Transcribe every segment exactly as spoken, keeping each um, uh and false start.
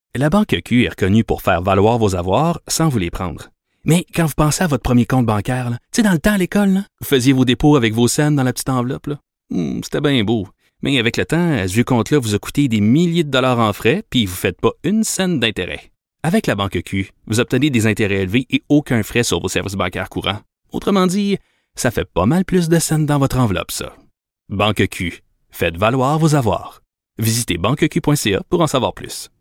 La Banque Q est reconnue pour faire valoir vos avoirs sans vous les prendre. Mais quand vous pensez à votre premier compte bancaire, tu sais, dans le temps à l'école, là, vous faisiez vos dépôts avec vos scènes dans la petite enveloppe. Là. Hum, c'était bien beau. Mais avec le temps, à ce vieux compte-là vous a coûté des milliers de dollars en frais, puis vous ne faites pas une scène d'intérêt. Avec la Banque Q, vous obtenez des intérêts élevés et aucun frais sur vos services bancaires courants. Autrement dit, ça fait pas mal plus de scènes dans votre enveloppe, ça. Banque Q. Faites valoir vos avoirs. Visitez banque q point c a pour en savoir plus.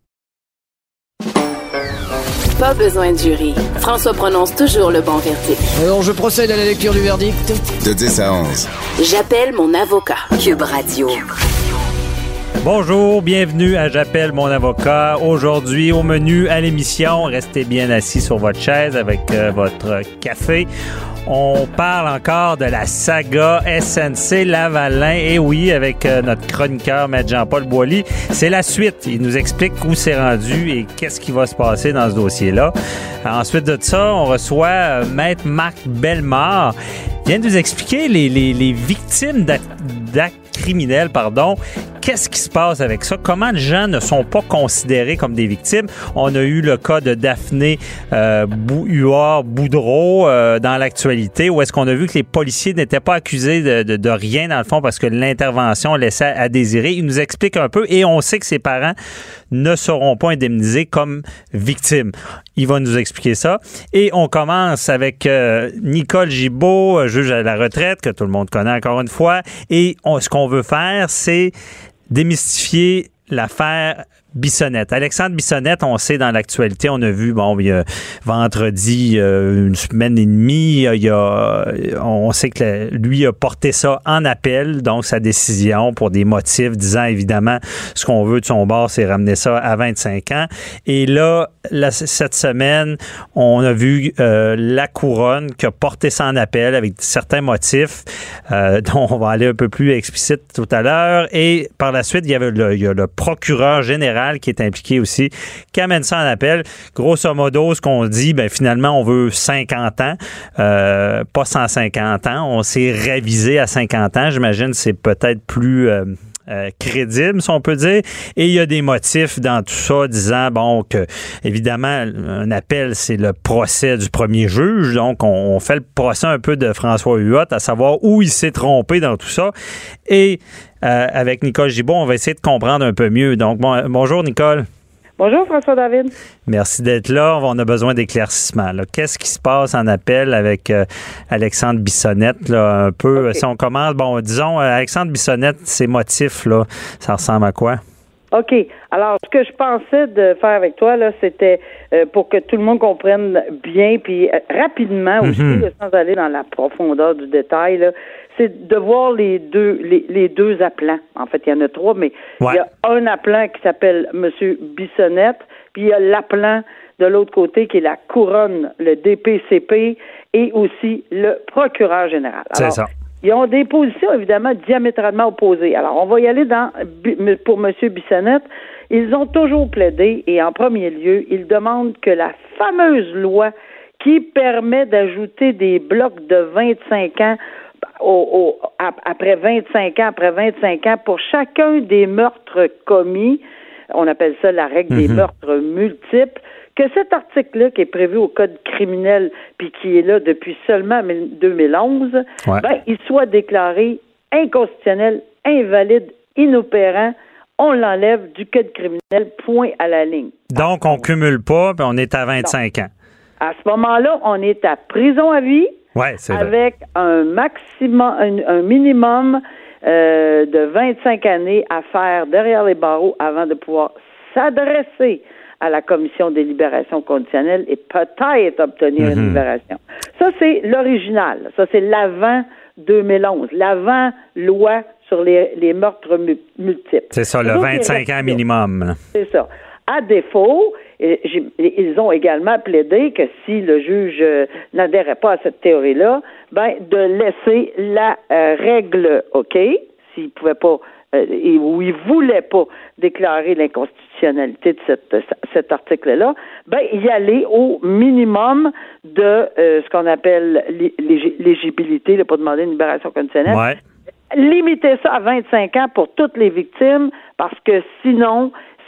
Pas besoin de jury. François prononce toujours le bon verdict. Alors, je procède à la lecture du verdict. De dix à onze. J'appelle mon avocat. Cube Radio. Bonjour, bienvenue à J'appelle mon avocat. Aujourd'hui, au menu à l'émission, restez bien assis sur votre chaise avec euh, votre café. On parle encore de la saga S N C-Lavalin. Et oui, avec euh, notre chroniqueur, Maître Jean-Paul Boilly. C'est la suite. Il nous explique où c'est rendu et qu'est-ce qui va se passer dans ce dossier-là. Ensuite de ça, on reçoit euh, Maître Marc Bellemare. Il vient de nous expliquer les, les, les victimes d'actes, d'actes criminels, pardon. Qu'est-ce qui se passe avec ça? Comment les gens ne sont pas considérés comme des victimes? On a eu le cas de Daphné euh, Huard-Boudreau euh, dans l'actualité, où est-ce qu'on a vu que les policiers n'étaient pas accusés de, de, de rien, dans le fond, parce que l'intervention laissait à désirer. Il nous explique un peu, et on sait que ses parents ne seront pas indemnisés comme victimes. Il va nous expliquer ça. Et on commence avec euh, Nicole Gibault, juge à la retraite, que tout le monde connaît encore une fois. Et on, ce qu'on veut faire, c'est démystifier l'affaire Bissonnette. Alexandre Bissonnette, on sait dans l'actualité, on a vu, bon, il y a vendredi, euh, une semaine et demie, il y a, on sait que la, lui a porté ça en appel, donc sa décision pour des motifs disant évidemment ce qu'on veut de son bord, c'est ramener ça à vingt-cinq ans. Et là, là cette semaine, on a vu euh, la couronne qui a porté ça en appel avec certains motifs euh, dont on va aller un peu plus explicite tout à l'heure. Et par la suite, il y avait le, il y a le procureur général qui est impliqué aussi, qui amène ça en appel. Grosso modo, ce qu'on dit, ben finalement, on veut cinquante ans, euh, pas cent cinquante ans. On s'est révisé à cinquante ans. J'imagine que c'est peut-être plus euh, euh, crédible, si on peut dire. Et il y a des motifs dans tout ça disant, bon, que évidemment, un appel, c'est le procès du premier juge. Donc, on, on fait le procès un peu de François Huot, à savoir où il s'est trompé dans tout ça. Et Euh, avec Nicole Gibault, on va essayer de comprendre un peu mieux. Donc, bon, bonjour Nicole. Bonjour François-David. Merci d'être là. On a besoin d'éclaircissement. Là. Qu'est-ce qui se passe en appel avec euh, Alexandre Bissonnette? Là, un peu, okay. Si on commence, bon, disons, euh, Alexandre Bissonnette, ses motifs, là, ça ressemble à quoi? OK. Alors, ce que je pensais de faire avec toi, là, c'était euh, pour que tout le monde comprenne bien, puis euh, rapidement aussi, mm-hmm. là, sans aller dans la profondeur du détail, là, c'est de voir les deux les, les deux appelants. En fait, il y en a trois, mais ouais. Il y a un appelant qui s'appelle M. Bissonnette, puis il y a l'appelant de l'autre côté qui est la couronne, le D P C P, et aussi le procureur général. Alors, c'est ça. Ils ont des positions, évidemment, diamétralement opposées. Alors, on va y aller dans pour M. Bissonnette. Ils ont toujours plaidé, et en premier lieu, ils demandent que la fameuse loi qui permet d'ajouter des blocs de vingt-cinq ans au, au, après vingt-cinq ans, après vingt-cinq ans, pour chacun des meurtres commis, on appelle ça la règle mm-hmm. des meurtres multiples, que cet article-là, qui est prévu au Code criminel, puis qui est là depuis seulement deux mille onze, ouais. ben, il soit déclaré inconstitutionnel, invalide, inopérant. On l'enlève du Code criminel, point à la ligne. Donc, on cumule pas, puis on est à vingt-cinq non. ans. À ce moment-là, on est à prison à vie, ouais, c'est avec vrai. un maximum, un, un minimum euh, de vingt-cinq années à faire derrière les barreaux avant de pouvoir s'adresser à la commission des libérations conditionnelles et peut-être obtenir mm-hmm. une libération. Ça, c'est l'original. Ça, c'est l'avant deux mille onze, l'avant-loi sur les, les meurtres mu- multiples. C'est ça, le vingt-cinq ans minimum. C'est ça. À défaut, ils ont également plaidé que si le juge euh, n'adhérait pas à cette théorie-là, ben de laisser la euh, règle OK, s'il ne pouvait pas euh, ou il ne voulait pas déclarer l'inconstitutionnalité de cette, cet article-là, ben y aller au minimum de euh, ce qu'on appelle l'éligibilité, là, pour demander une libération conditionnelle. Ouais. Limiter ça à vingt-cinq ans pour toutes les victimes, parce que sinon,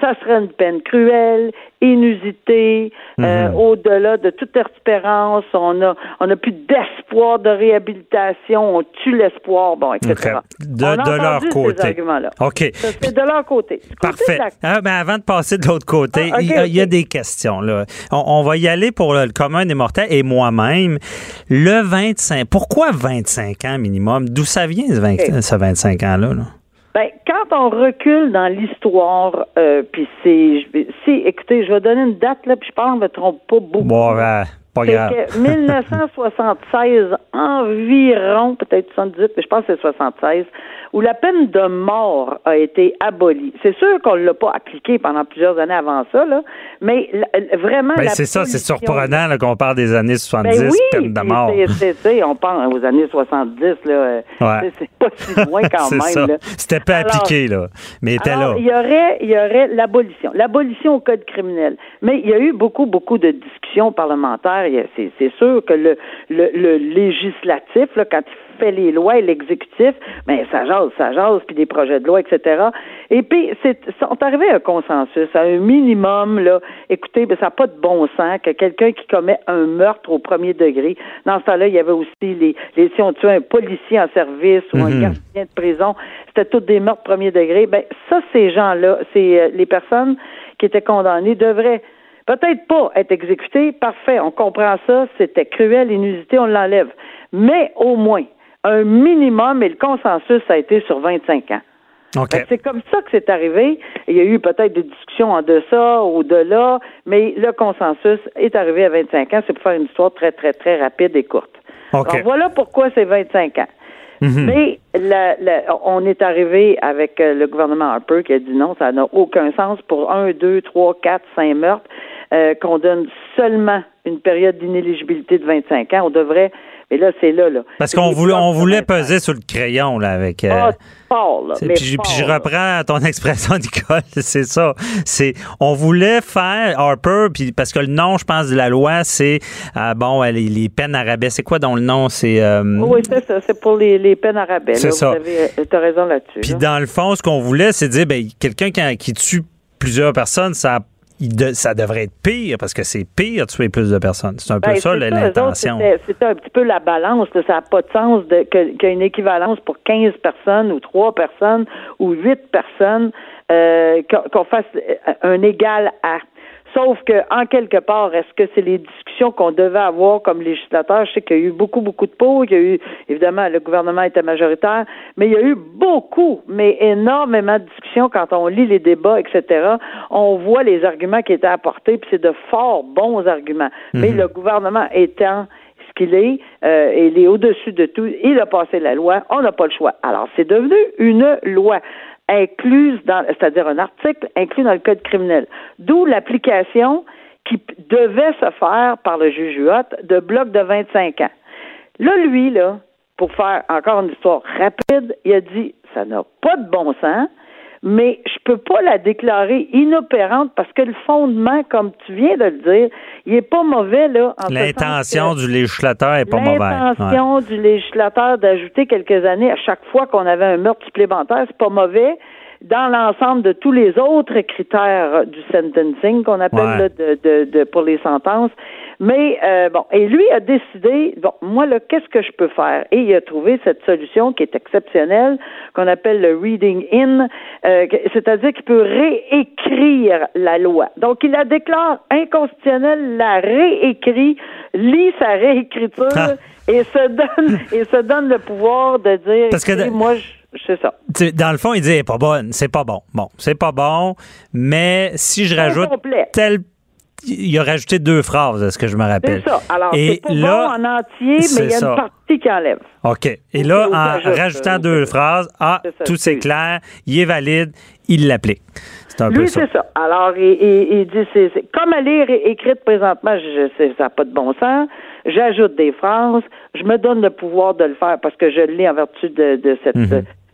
ça serait une peine cruelle, inusitée, mm-hmm. euh, au-delà de toute espérance. On a, on a plus d'espoir de réhabilitation. On tue l'espoir, bon, et cetera. Okay. De, on a de leur côté. Ces arguments-là. OK. Ça, c'est de leur côté. Du Parfait. Côté de la... ah, ben avant de passer de l'autre côté, ah, okay, il, okay. il y a des questions. Là. On, on va y aller pour le, le commun des mortels et moi-même. Le vingt-cinq, pourquoi vingt-cinq ans minimum? D'où ça vient, ce, vingt, okay. ce vingt-cinq ans-là? Là? Ben, quand on recule dans l'histoire, euh, puis c'est, si, écoutez, je vais donner une date, là, puis je pense que je me trompe pas beaucoup. Bon, ben, pas c'est grave. Que dix-neuf cent soixante-seize environ, peut-être soixante-dix, mais je pense que c'est soixante-seize, où la peine de mort a été abolie. C'est sûr qu'on ne l'a pas appliquée pendant plusieurs années avant ça, là, mais la, vraiment... Ben, la c'est ça, c'est surprenant là, qu'on parle des années soixante-dix, ben oui, peine de mort. C'est, c'est, c'est, on pense aux années soixante-dix, là, ouais. c'est, c'est pas si loin quand c'est même. Ça. Là. C'était pas alors, appliqué, là, mais était alors, là. Il y aurait, il y aurait l'abolition, l'abolition au code criminel. Mais il y a eu beaucoup, beaucoup de discussions parlementaires. Il y a, c'est, c'est sûr que le, le, le législatif, là, quand il fait les lois et l'exécutif, ben ça jase, ça jase, puis des projets de loi, et cetera. Et puis, c'est, sont arrivés à un consensus, à un minimum, là, écoutez, ben, ça n'a pas de bon sens que quelqu'un qui commet un meurtre au premier degré, dans ce temps-là, il y avait aussi les, les si on tuait un policier en service ou mm-hmm. un gardien de prison, c'était tous des meurtres premier degré. Ben, ça, ces gens-là, c'est euh, les personnes qui étaient condamnées devraient peut-être pas être exécutées, parfait, on comprend ça, c'était cruel, inusité, on l'enlève. Mais au moins, un minimum, et le consensus, ça a été sur vingt-cinq ans. Okay. C'est comme ça que c'est arrivé. Il y a eu peut-être des discussions en deçà, au-delà, mais le consensus est arrivé à vingt-cinq ans. C'est pour faire une histoire très, très, très rapide et courte. Okay. Donc, voilà pourquoi c'est vingt-cinq ans. Mm-hmm. Mais la, la, on est arrivé avec le gouvernement Harper qui a dit non, ça n'a aucun sens pour un, deux, trois, quatre, cinq meurtres, euh, qu'on donne seulement une période d'inéligibilité de vingt-cinq ans. On devrait... Et là, c'est là, là. Parce qu'on voulait, on voulait peser sur le crayon, là, avec... Euh, ah, fort, là. Mais puis, fort, puis je là. reprends ton expression, Nicole, c'est ça. C'est, on voulait faire Harper, puis parce que le nom, je pense, de la loi, c'est, euh, bon, les, les peines à rabais. C'est quoi dont le nom? C'est... Euh, oui, c'est ça. C'est pour les, les peines à rabais. C'est là. ça. Vous avez, t'as raison là-dessus. Puis là. dans le fond, ce qu'on voulait, c'est dire, ben quelqu'un qui, qui tue plusieurs personnes, ça Il de, ça devrait être pire, parce que c'est pire de tuer plus de personnes. C'est un peu ben, ça, c'est là, ça l'intention. Autres, c'était, c'était un petit peu la balance. Là. Ça n'a pas de sens de, que, qu'il y ait une équivalence pour quinze personnes ou trois personnes ou huit personnes, euh, qu'on, qu'on fasse un égal à. Sauf que, en quelque part, est-ce que c'est les discussions qu'on devait avoir comme législateur? Je sais qu'il y a eu beaucoup, beaucoup de pour. Il y a eu, évidemment, le gouvernement était majoritaire, mais il y a eu beaucoup, mais énormément de discussions quand on lit les débats, et cetera. On voit les arguments qui étaient apportés, puis c'est de fort bons arguments. Mm-hmm. Mais le gouvernement étant ce qu'il est, euh, il est au-dessus de tout, il a passé la loi, on n'a pas le choix. Alors, c'est devenu une loi incluse dans, c'est-à-dire un article inclus dans le code criminel. D'où l'application qui devait se faire par le juge Huot de bloc de vingt-cinq ans. Là, lui, là, pour faire encore une histoire rapide, il a dit, ça n'a pas de bon sens, mais je peux pas la déclarer inopérante parce que le fondement, comme tu viens de le dire, il est pas mauvais, là. En L'intention du législateur est pas mauvaise. L'intention ouais. du législateur d'ajouter quelques années à chaque fois qu'on avait un meurtre supplémentaire, c'est pas mauvais dans l'ensemble de tous les autres critères du sentencing qu'on appelle ouais. là, de, de, de, pour les sentences. Mais euh, bon, et lui a décidé, bon, moi là, qu'est-ce que je peux faire? Et il a trouvé cette solution qui est exceptionnelle, qu'on appelle le reading in, euh, c'est-à-dire qu'il peut réécrire la loi. Donc, il la déclare inconstitutionnelle, la réécrit, lit sa réécriture ah. et se donne et se donne le pouvoir de dire, Parce que de... moi, je c'est ça. Dans le fond, il dit, elle est pas bonne, c'est pas bon. Bon, c'est pas bon, mais si je rajoute tel... Il a rajouté deux phrases, est-ce que je me rappelle? C'est ça. Alors, et c'est pas là, bon en entier, mais il y a ça. Une partie qui enlève. OK. Et là, en ajoute, rajoutant euh, deux phrases, ah, c'est ça, tout c'est clair, il est valide, il l'applique. C'est un Lui, peu ça. c'est ça. Alors, il, il, il dit, c'est, c'est, comme elle est écrite présentement, je, je, ça n'a pas de bon sens, j'ajoute des phrases, je me donne le pouvoir de le faire parce que je l'ai en vertu de, de cette... Mm-hmm.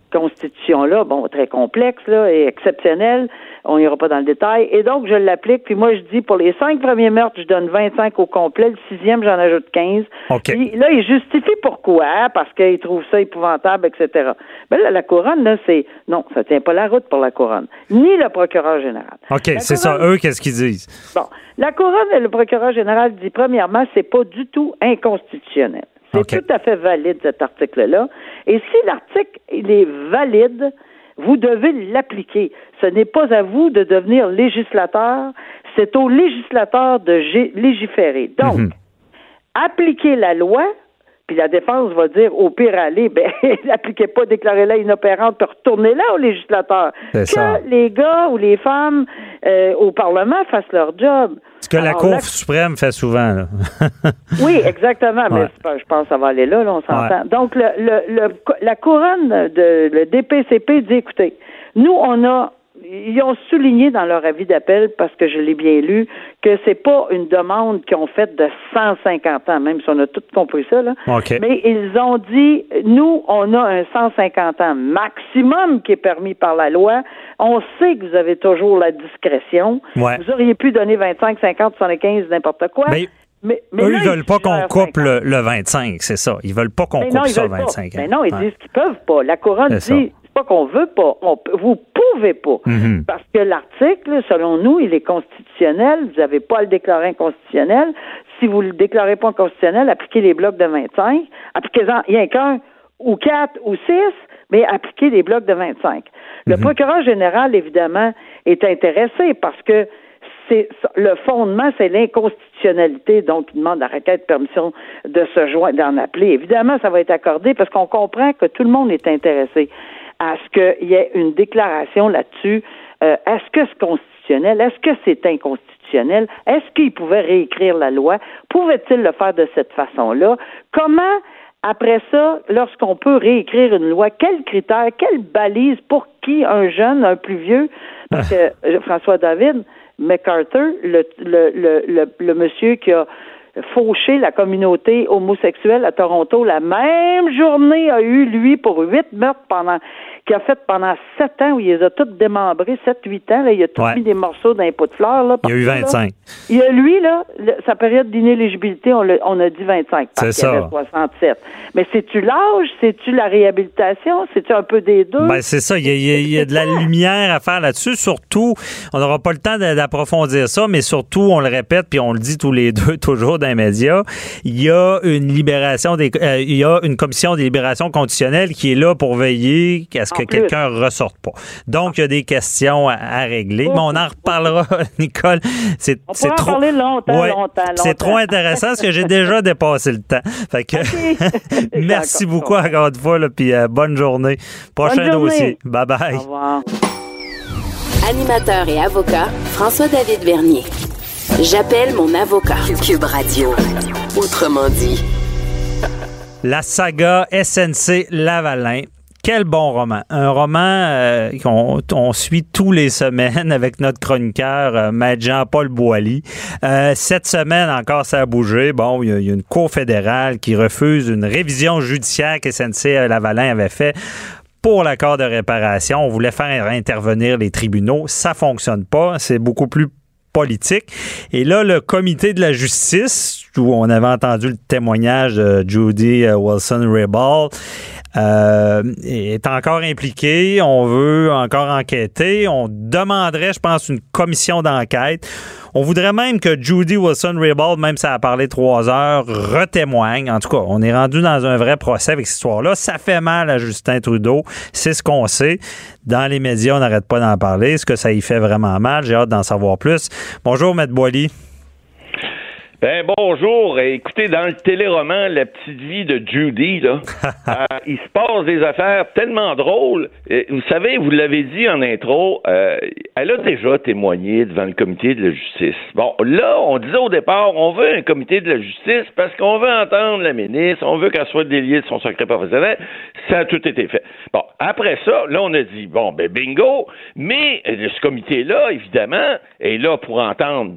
constitution-là, bon, très complexe là, et exceptionnelle, on n'ira pas dans le détail, et donc je l'applique, puis moi je dis, pour les cinq premiers meurtres, je donne vingt-cinq au complet, le sixième, j'en ajoute quinze. Okay. Puis là, il justifie pourquoi, parce qu'il trouve ça épouvantable, et cetera. Ben là, la couronne, là, c'est, non, ça tient pas la route pour la couronne, ni le procureur général. OK, la c'est couronne, ça, eux, qu'est-ce qu'ils disent? Bon, la couronne et le procureur général dit, premièrement, c'est pas du tout inconstitutionnel. C'est okay. tout à fait valide, cet article-là. Et si l'article, il est valide, vous devez l'appliquer. Ce n'est pas à vous de devenir législateur, c'est au législateur de gé- légiférer. Donc, mm-hmm. appliquez la loi, puis la défense va dire, au pire, allez, ben, l'appliquez pas, déclarez-la inopérante, puis retournez-la au législateur. C'est que ça. Les gars ou les femmes euh, au Parlement fassent leur job. Ce que Alors, la Cour la... suprême fait souvent, là. Oui, exactement, mais ouais. pas, je pense que ça va aller là, là on s'entend. Ouais. Donc, le, le, le, la couronne de le D P C P dit, écoutez, nous, on a ils ont souligné dans leur avis d'appel, parce que je l'ai bien lu, que c'est pas une demande qu'ils ont faite de cent cinquante ans, même si on a tous compris ça, là. Okay. Mais ils ont dit, nous, on a un cent cinquante ans maximum qui est permis par la loi. On sait que vous avez toujours la discrétion. Ouais. Vous auriez pu donner vingt-cinq, cinquante, soixante-quinze, n'importe quoi. Mais... Mais, mais eux, là, ils veulent pas qu'on coupe le, le vingt-cinq, c'est ça. Ils veulent pas qu'on mais coupe non, ça, vingt-cinq ans. Mais non, ils ouais. disent qu'ils peuvent pas. La couronne c'est dit, c'est pas qu'on veut pas. On, vous pouvez pas. Mm-hmm. Parce que l'article, selon nous, il est constitutionnel. Vous n'avez pas à le déclarer inconstitutionnel. Si vous le déclarez pas inconstitutionnel, appliquez les blocs de vingt-cinq. Appliquez-en, il y a qu'un, ou quatre, ou six, mais appliquez les blocs de vingt-cinq. Le mm-hmm. procureur général, évidemment, est intéressé parce que c'est le fondement, c'est l'inconstitutionnalité, donc il demande la requête de permission de se joindre, d'en appeler. Évidemment, ça va être accordé parce qu'on comprend que tout le monde est intéressé à ce qu'il y ait une déclaration là-dessus. Euh, est-ce que c'est constitutionnel? Est-ce que c'est inconstitutionnel? Est-ce qu'il pouvait réécrire la loi? Pouvait-il le faire de cette façon-là? Comment, après ça, lorsqu'on peut réécrire une loi, quels critères, quelles balises, pour qui un jeune, un plus vieux? Parce que euh, François David McArthur, le, le, le, le, le monsieur qui a fauché la communauté homosexuelle à Toronto, la même journée a eu, lui, pour huit meurtres pendant, qu'il a fait pendant sept ans, où il les a toutes démembrés, sept, huit ans, là, il a tout ouais. mis des morceaux d'un pot de fleurs, là. Il y a eu vingt-cinq. Là. Il y a lui, là, le, sa période d'inéligibilité, on, le, on a dit vingt-cinq, parce c'est qu'il ça. avait soixante-sept. Mais c'est-tu l'âge? C'est-tu la réhabilitation? C'est-tu un peu des deux? Ben, c'est ça. Il y a, il y a, il y a de la lumière à faire là-dessus. Surtout, on n'aura pas le temps d'approfondir ça, mais surtout, on le répète, puis on le dit tous les deux, toujours dans les médias, il y a une libération des, euh, il y a une commission des libérations conditionnelles qui est là pour veiller à ce que quelqu'un ne ressorte pas. Donc, il y a des questions à, à régler, oh, mais on en reparlera, Nicole. C'est, on c'est pourra trop, en parler longtemps, ouais, longtemps, longtemps. C'est trop intéressant parce que j'ai déjà dépassé le temps. Fait que, okay. merci beaucoup encore une fois, là, puis euh, bonne journée. Prochain bonne journée. Dossier. Bye bye. Au revoir. Animateur et avocat, François-David Vernier. J'appelle mon avocat. Cube Radio. Autrement dit. La saga S N C Lavalin. Quel bon roman. Un roman euh, qu'on on suit tous les semaines avec notre chroniqueur, euh, Maître Jean-Paul Boily. Euh, cette semaine encore, ça a bougé. Bon, il y, y a une cour fédérale qui refuse une révision judiciaire que S N C Lavalin avait fait pour l'accord de réparation. On voulait faire intervenir les tribunaux. Ça fonctionne pas. C'est beaucoup plus politique. Et là, le comité de la justice, où on avait entendu le témoignage de Judy Wilson-Raybould, euh, est encore impliqué. On veut encore enquêter. On demanderait, je pense, une commission d'enquête. On voudrait même que Judy Wilson-Raybould, même si elle a parlé trois heures, retémoigne. En tout cas, on est rendu dans un vrai procès avec cette histoire-là. Ça fait mal à Justin Trudeau. C'est ce qu'on sait. Dans les médias, on n'arrête pas d'en parler. Est-ce que ça y fait vraiment mal? J'ai hâte d'en savoir plus. Bonjour, Maître Boily. Ben bonjour. Écoutez, dans le téléroman La petite vie de Judy, là, euh, il se passe des affaires tellement drôles. Euh, vous savez, vous l'avez dit en intro, euh, elle a déjà témoigné devant le comité de la justice. Bon, là, on disait au départ, on veut un comité de la justice parce qu'on veut entendre la ministre, on veut qu'elle soit déliée de son secret professionnel. Ça a tout été fait. Bon, après ça, là, on a dit, bon, ben bingo, mais ce comité-là, évidemment, est là pour entendre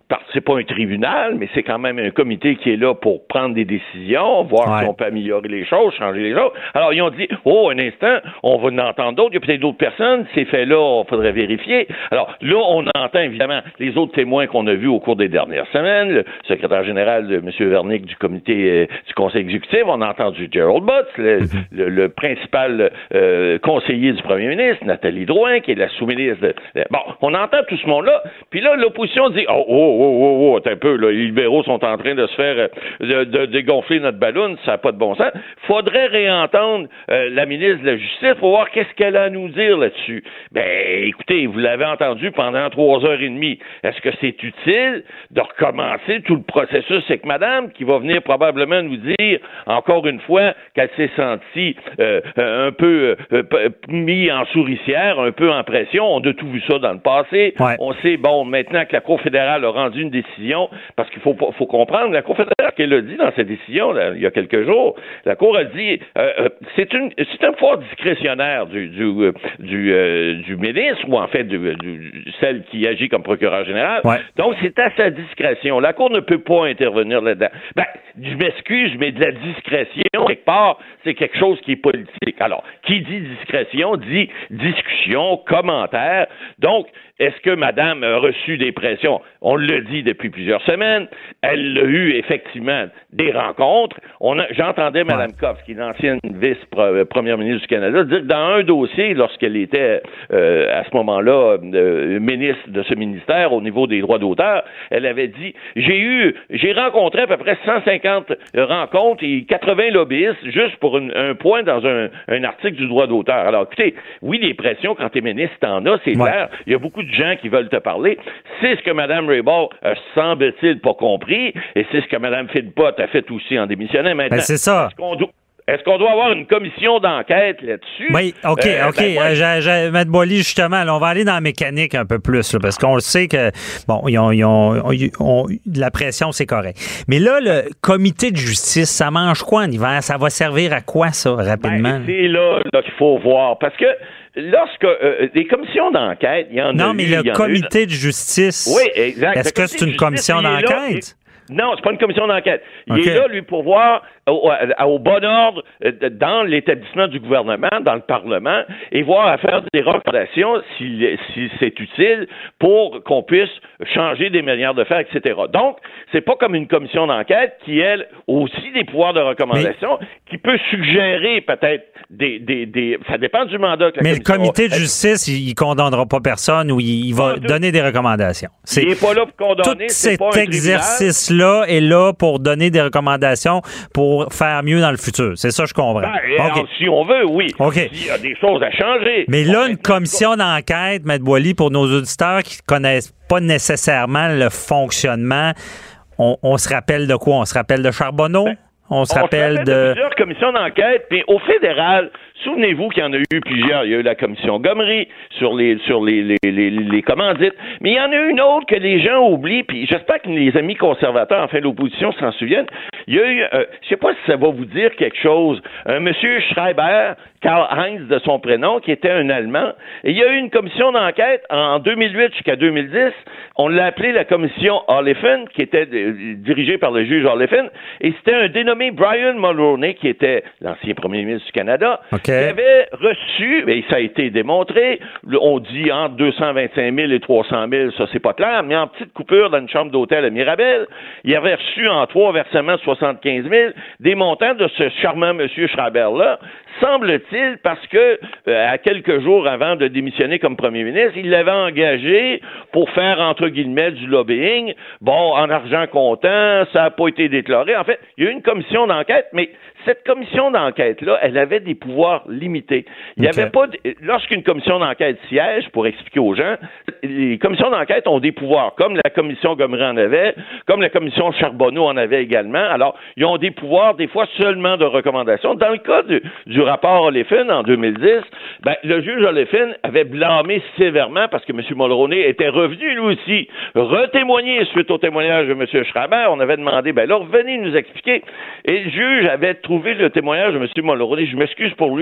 parce que c'est pas un tribunal, mais c'est quand même un comité qui est là pour prendre des décisions, voir ouais. si on peut améliorer les choses, changer les choses. Alors, ils ont dit, oh, un instant, on va en entendre d'autres, il y a peut-être d'autres personnes, ces faits-là, il faudrait vérifier. Alors, là, on entend évidemment les autres témoins qu'on a vus au cours des dernières semaines, le secrétaire général, M. Vernick, du comité, euh, du conseil exécutif, on a entendu Gerald Butts, le, mm-hmm. le, le principal euh, conseiller du premier ministre, Nathalie Drouin, qui est la sous-ministre de... Bon, on entend tout ce monde-là, puis là, l'opposition dit, oh, oh, oh, oh, oh, attends un peu, là, les libéraux sont en train de se faire, de, de dégonfler notre ballon, ça n'a pas de bon sens. Faudrait réentendre euh, la ministre de la Justice pour voir qu'est-ce qu'elle a à nous dire là-dessus. Ben, écoutez, vous l'avez entendu pendant trois heures et demie. Est-ce que c'est utile de recommencer tout le processus avec madame qui va venir probablement nous dire, encore une fois, qu'elle s'est sentie euh, un peu euh, mis en souricière, un peu en pression. On a tout vu ça dans le passé. Ouais. On sait, bon, maintenant que la Cour fédérale a rendu une décision, parce qu'il faut, faut comprendre, la Cour fédérale, qu'elle a dit dans sa décision, là, il y a quelques jours, la Cour a dit, euh, c'est une, c'est un pouvoir discrétionnaire du, du, euh, du, euh, du ministre, ou en fait, du, du, celle qui agit comme procureur général. Ouais. Donc, c'est à sa discrétion. La Cour ne peut pas intervenir là-dedans. Ben, je m'excuse, mais de la discrétion, quelque part, c'est quelque chose qui est politique. Alors, qui dit discrétion, dit discussion, commentaire. Donc, est-ce que madame a reçu des pressions? On le dit depuis plusieurs semaines. Elle a eu effectivement des rencontres. On a, j'entendais mme Coff, qui est l'ancienne vice-première ministre du Canada, dire que dans un dossier, lorsqu'elle était euh, à ce moment-là euh, ministre de ce ministère au niveau des droits d'auteur, elle avait dit, j'ai eu, j'ai rencontré à peu près cent cinquante rencontres et quatre-vingts lobbyistes juste pour une, un point dans un, un article du droit d'auteur. Alors écoutez, oui, les pressions, quand tu es ministre, t'en as, c'est ouais. clair. Il y a beaucoup de gens qui veulent te parler. C'est ce que mme Raybould a, semble-t-il, pas compris, et c'est ce que mme Philpott a fait aussi en démissionnant. Maintenant, ben c'est ça. Est-ce qu'on doit... Est-ce qu'on doit avoir une commission d'enquête là-dessus? Oui, OK, euh, OK. Ben moi, j'ai, j'ai, M. Boily, justement, là, on va aller dans la mécanique un peu plus, là, parce qu'on le sait que, bon, ils ont, ils ont, ils ont, de la pression, c'est correct. Mais là, le comité de justice, ça mange quoi en hiver? Ça va servir à quoi, ça, rapidement? Ben, c'est là, là qu'il faut voir, parce que lorsque euh, les commissions d'enquête, il y en non, a Non, mais eu, le comité de justice, oui, exact. Est-ce que c'est une justice, commission d'enquête? Non, c'est pas une commission d'enquête. Il okay. est là, lui, pour voir au, au bon ordre dans l'établissement du gouvernement, dans le Parlement, et voir à faire des recommandations si, si c'est utile pour qu'on puisse changer des manières de faire, et cetera. Donc, c'est pas comme une commission d'enquête qui, elle, a aussi des pouvoirs de recommandation, mais, qui peut suggérer peut-être des, des, des... Ça dépend du mandat que la mais commission... le comité de justice, il, il condamnera pas personne ou il, il va ah, donner des recommandations. C'est, il n'est pas là pour condamner, tout c'est cet pas un exercice là est là pour donner des recommandations pour faire mieux dans le futur. C'est ça, je comprends. Ben, okay. alors, si on veut, oui. Okay. Il y a des choses à changer. Mais là, une commission d'enquête, M. Boily, pour nos auditeurs qui ne connaissent pas nécessairement le fonctionnement, on, on se rappelle de quoi? On se rappelle de Charbonneau? Ben, on se rappelle, on se rappelle de... de plusieurs commissions d'enquête, puis au fédéral, souvenez-vous qu'il y en a eu plusieurs. Il y a eu la commission Gomery sur les sur les, les, les, les commandites, mais il y en a eu une autre que les gens oublient, puis j'espère que les amis conservateurs, enfin l'opposition, s'en souviennent. Il y a eu, euh, je sais pas si ça va vous dire quelque chose, un monsieur Schreiber, Karl-Heinz de son prénom, qui était un Allemand, et il y a eu une commission d'enquête en deux mille huit jusqu'à deux mille dix, on l'a appelée la commission Oliphant, qui était euh, dirigée par le juge Oliphant, et c'était un dénommé Brian Mulroney, qui était l'ancien premier ministre du Canada, okay. qui avait reçu, et ça a été démontré, on dit entre deux cent vingt-cinq mille et trois cent mille, ça c'est pas clair, mais en petite coupure dans une chambre d'hôtel à Mirabel, il avait reçu en trois versements de soixante-quinze mille des montants de ce charmant monsieur Schreiber-là, semble-t-il, parce que euh, à quelques jours avant de démissionner comme premier ministre, il l'avait engagé pour faire, entre guillemets, du lobbying. Bon, en argent comptant, ça n'a pas été déclaré. En fait, il y a eu une commission d'enquête, mais cette commission d'enquête-là, elle avait des pouvoirs limités. Il n'y okay. avait pas... De... Lorsqu'une commission d'enquête siège, pour expliquer aux gens, les commissions d'enquête ont des pouvoirs, comme la commission Gomery en avait, comme la commission Charbonneau en avait également. Alors, ils ont des pouvoirs, des fois, seulement de recommandation. Dans le cas du, du rapport Oliphant en deux mille dix, ben, le juge Oliphant avait blâmé sévèrement parce que M. Mulroney était revenu, lui aussi, retémoigner suite au témoignage de M. Schreiber. On avait demandé, ben là, revenez nous expliquer. Et le juge avait trouvé le témoignage de M. Mulroney. Je m'excuse pour lui,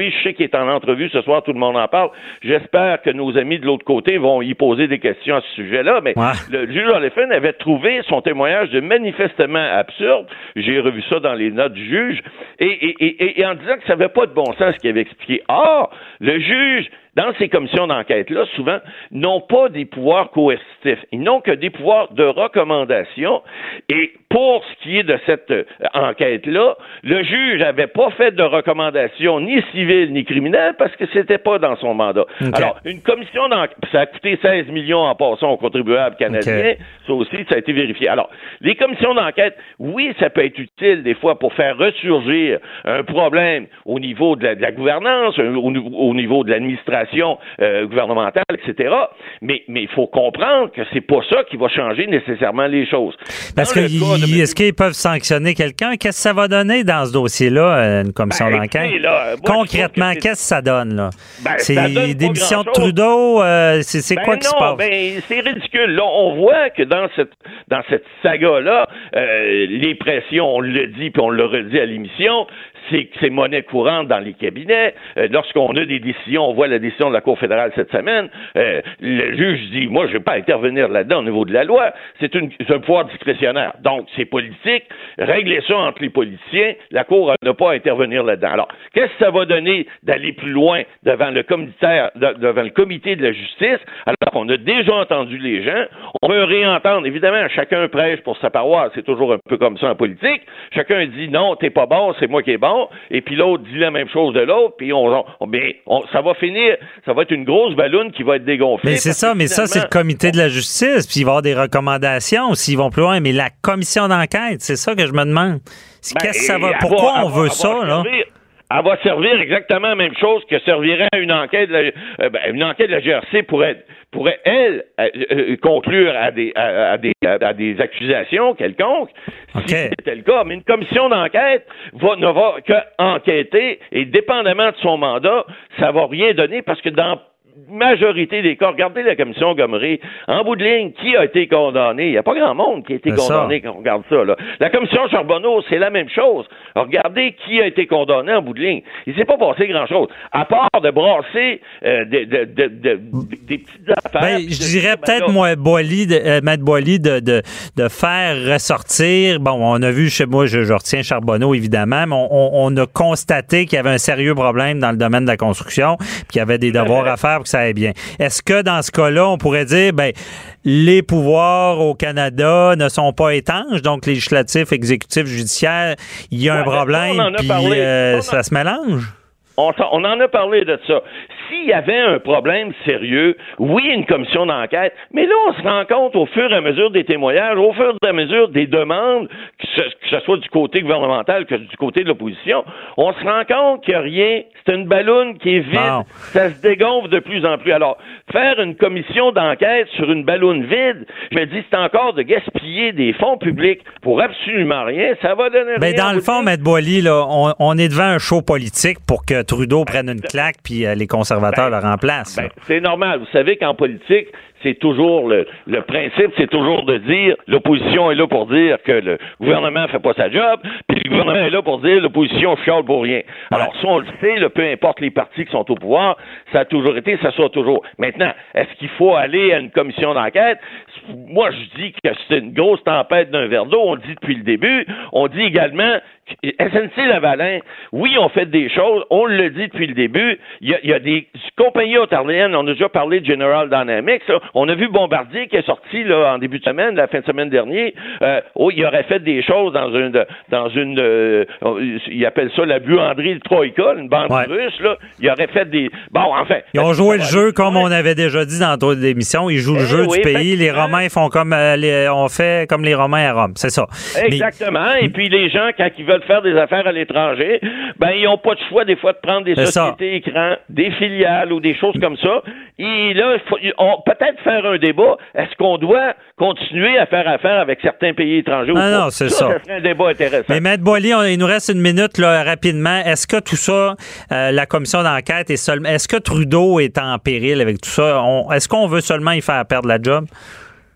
Boulay, je sais qu'il est en entrevue ce soir, tout le monde en parle. J'espère que nos amis de l'autre côté vont y poser des questions à ce sujet-là, mais ouais. le juge Oliphant avait trouvé son témoignage de manifestement absurde. J'ai revu ça dans les notes du juge, et, et, et, et en disant que ça n'avait pas de bon sens ce qu'il avait expliqué. Or, le juge, dans ces commissions d'enquête-là, souvent, n'ont pas des pouvoirs coercitifs. Ils n'ont que des pouvoirs de recommandation. Et pour ce qui est de cette euh, enquête-là, le juge n'avait pas fait de recommandation ni civile ni criminelle parce que c'était pas dans son mandat. Okay. Alors, une commission d'enquête, ça a coûté seize millions en passant aux contribuables canadiens. Okay. Ça aussi, ça a été vérifié. Alors, les commissions d'enquête, oui, ça peut être utile des fois pour faire ressurgir un problème au niveau de la, de la gouvernance, au, au niveau de l'administration Euh, gouvernementale, et cetera. Mais mais il faut comprendre que c'est pas ça qui va changer nécessairement les choses. Parce que de... est-ce qu'ils peuvent sanctionner quelqu'un? Qu'est-ce que ça va donner dans ce dossier-là, une commission ben, d'enquête? Écoutez, là, concrètement, que qu'est-ce que ça donne, là? Ben, c'est donne démission de Trudeau? Euh, c'est c'est ben quoi non, qui se passe? Ben, c'est ridicule. Là, on voit que dans cette dans cette saga-là, euh, les pressions, on le dit puis on le redit à l'émission, c'est c'est monnaie courante dans les cabinets. Euh, lorsqu'on a des décisions, on voit la décision de la Cour fédérale cette semaine, euh, le juge dit, moi, je ne vais pas intervenir là-dedans au niveau de la loi. C'est, une, c'est un pouvoir discrétionnaire. Donc, c'est politique. Réglez ça entre les politiciens. La Cour n'a pas à intervenir là-dedans. Alors, qu'est-ce que ça va donner d'aller plus loin devant le commissaire, de, devant le comité de la justice, alors qu'on a déjà entendu les gens? On veut réentendre. Évidemment, chacun prêche pour sa paroisse. C'est toujours un peu comme ça en politique. Chacun dit, non, t'es pas bon, c'est moi qui est bon. Et puis l'autre dit la même chose de l'autre. Puis on, on, on, bien, on, ça va finir, ça va être une grosse balloune qui va être dégonflée. Mais c'est ça, mais ça, c'est le comité de la justice. Puis il va y avoir des recommandations s'ils vont plus loin. Mais la commission d'enquête, c'est ça que je me demande. Ben, Qu'est-ce que ça va, pourquoi va, on veut ça, là? Servir. Elle va servir exactement la même chose que servirait une enquête de la, euh, ben, une enquête de la G R C pourrait, pourrait elle, euh, euh, conclure à des, à, à, des, à des accusations quelconques, okay. si c'était le cas. Mais une commission d'enquête va, ne va qu'enquêter et dépendamment de son mandat, ça va rien donner parce que dans majorité des cas, regardez la commission Gomery, en bout de ligne, qui a été condamné? Il n'y a pas grand monde qui a été c'est condamné ça. Quand on regarde ça. Là. La commission Charbonneau, c'est la même chose. Regardez qui a été condamné en bout de ligne. Il ne s'est pas passé grand-chose, à part de brasser euh, de, de, de, de, de, des petites affaires. Ben, je dirais peut-être, moi, Boily, de, euh, Maître Boily, de, de, de faire ressortir, bon, on a vu chez moi, je, je retiens Charbonneau, évidemment, mais on, on, on a constaté qu'il y avait un sérieux problème dans le domaine de la construction, puis qu'il y avait des devoirs à faire pour que ça aille bien. Est-ce que dans ce cas-là, on pourrait dire, ben, les pouvoirs au Canada ne sont pas étanches, donc législatif, exécutif, judiciaire, il y a ouais, un problème, puis euh, ça se mélange? On, on en a parlé de ça. S'il y avait un problème sérieux, oui, une commission d'enquête, mais là, on se rend compte au fur et à mesure des témoignages, au fur et à mesure des demandes, que ce, que ce soit du côté gouvernemental que du côté de l'opposition, on se rend compte qu'il n'y a rien, c'est une balloune qui est vide, bon. Ça se dégonfle de plus en plus. Alors, faire une commission d'enquête sur une balloune vide, je me dis, c'est encore de gaspiller des fonds publics pour absolument rien, ça va donner ben, rien. Dans le fond, Maître Boily, là, on, on est devant un show politique pour que Trudeau prenne une claque puis euh, les conservateurs ben, le remplacent. Ben, c'est normal. Vous savez qu'en politique, c'est toujours le, le principe, c'est toujours de dire l'opposition est là pour dire que le gouvernement fait pas sa job, puis le gouvernement est là pour dire l'opposition chiale pour rien. Alors, ouais. Ça, on le sait, là, peu importe les partis qui sont au pouvoir, ça a toujours été, ça sera toujours. Maintenant, est-ce qu'il faut aller à une commission d'enquête? Moi, je dis que c'est une grosse tempête d'un verre d'eau, on le dit depuis le début. On dit également S N C-Lavalin, oui, on fait des choses, on le dit depuis le début. Il y a, il y a des compagnies ontariennes, on a déjà parlé de General Dynamics, là. On a vu Bombardier qui est sorti là, en début de semaine, la fin de semaine dernière. Euh, oh, il aurait fait des choses dans une, dans une, euh, il appelle ça la buanderie de Troïka, une bande ouais. russe. Là. Il aurait fait des, bon, enfin. Ils ont joué le jeu comme on avait déjà dit dans d'autres émissions. Ils jouent le jeu oui, du pays. Les Romains font comme euh, les, on fait comme les Romains à Rome, c'est ça. Exactement. Mais... Et puis les gens quand ils veulent faire des affaires à l'étranger, ben ils n'ont pas de choix des fois de prendre des c'est sociétés ça. écrans, des filiales ou des choses comme ça. Et là, il faut on, peut-être faire un débat. Est-ce qu'on doit continuer à faire affaire avec certains pays étrangers ah ou non, c'est ça. Ça serait un débat intéressant. Mais Maître Boily, on, il nous reste une minute là, rapidement. Est-ce que tout ça, euh, la commission d'enquête est seulement, est-ce que Trudeau est en péril avec tout ça? On, est-ce qu'on veut seulement y faire perdre la job?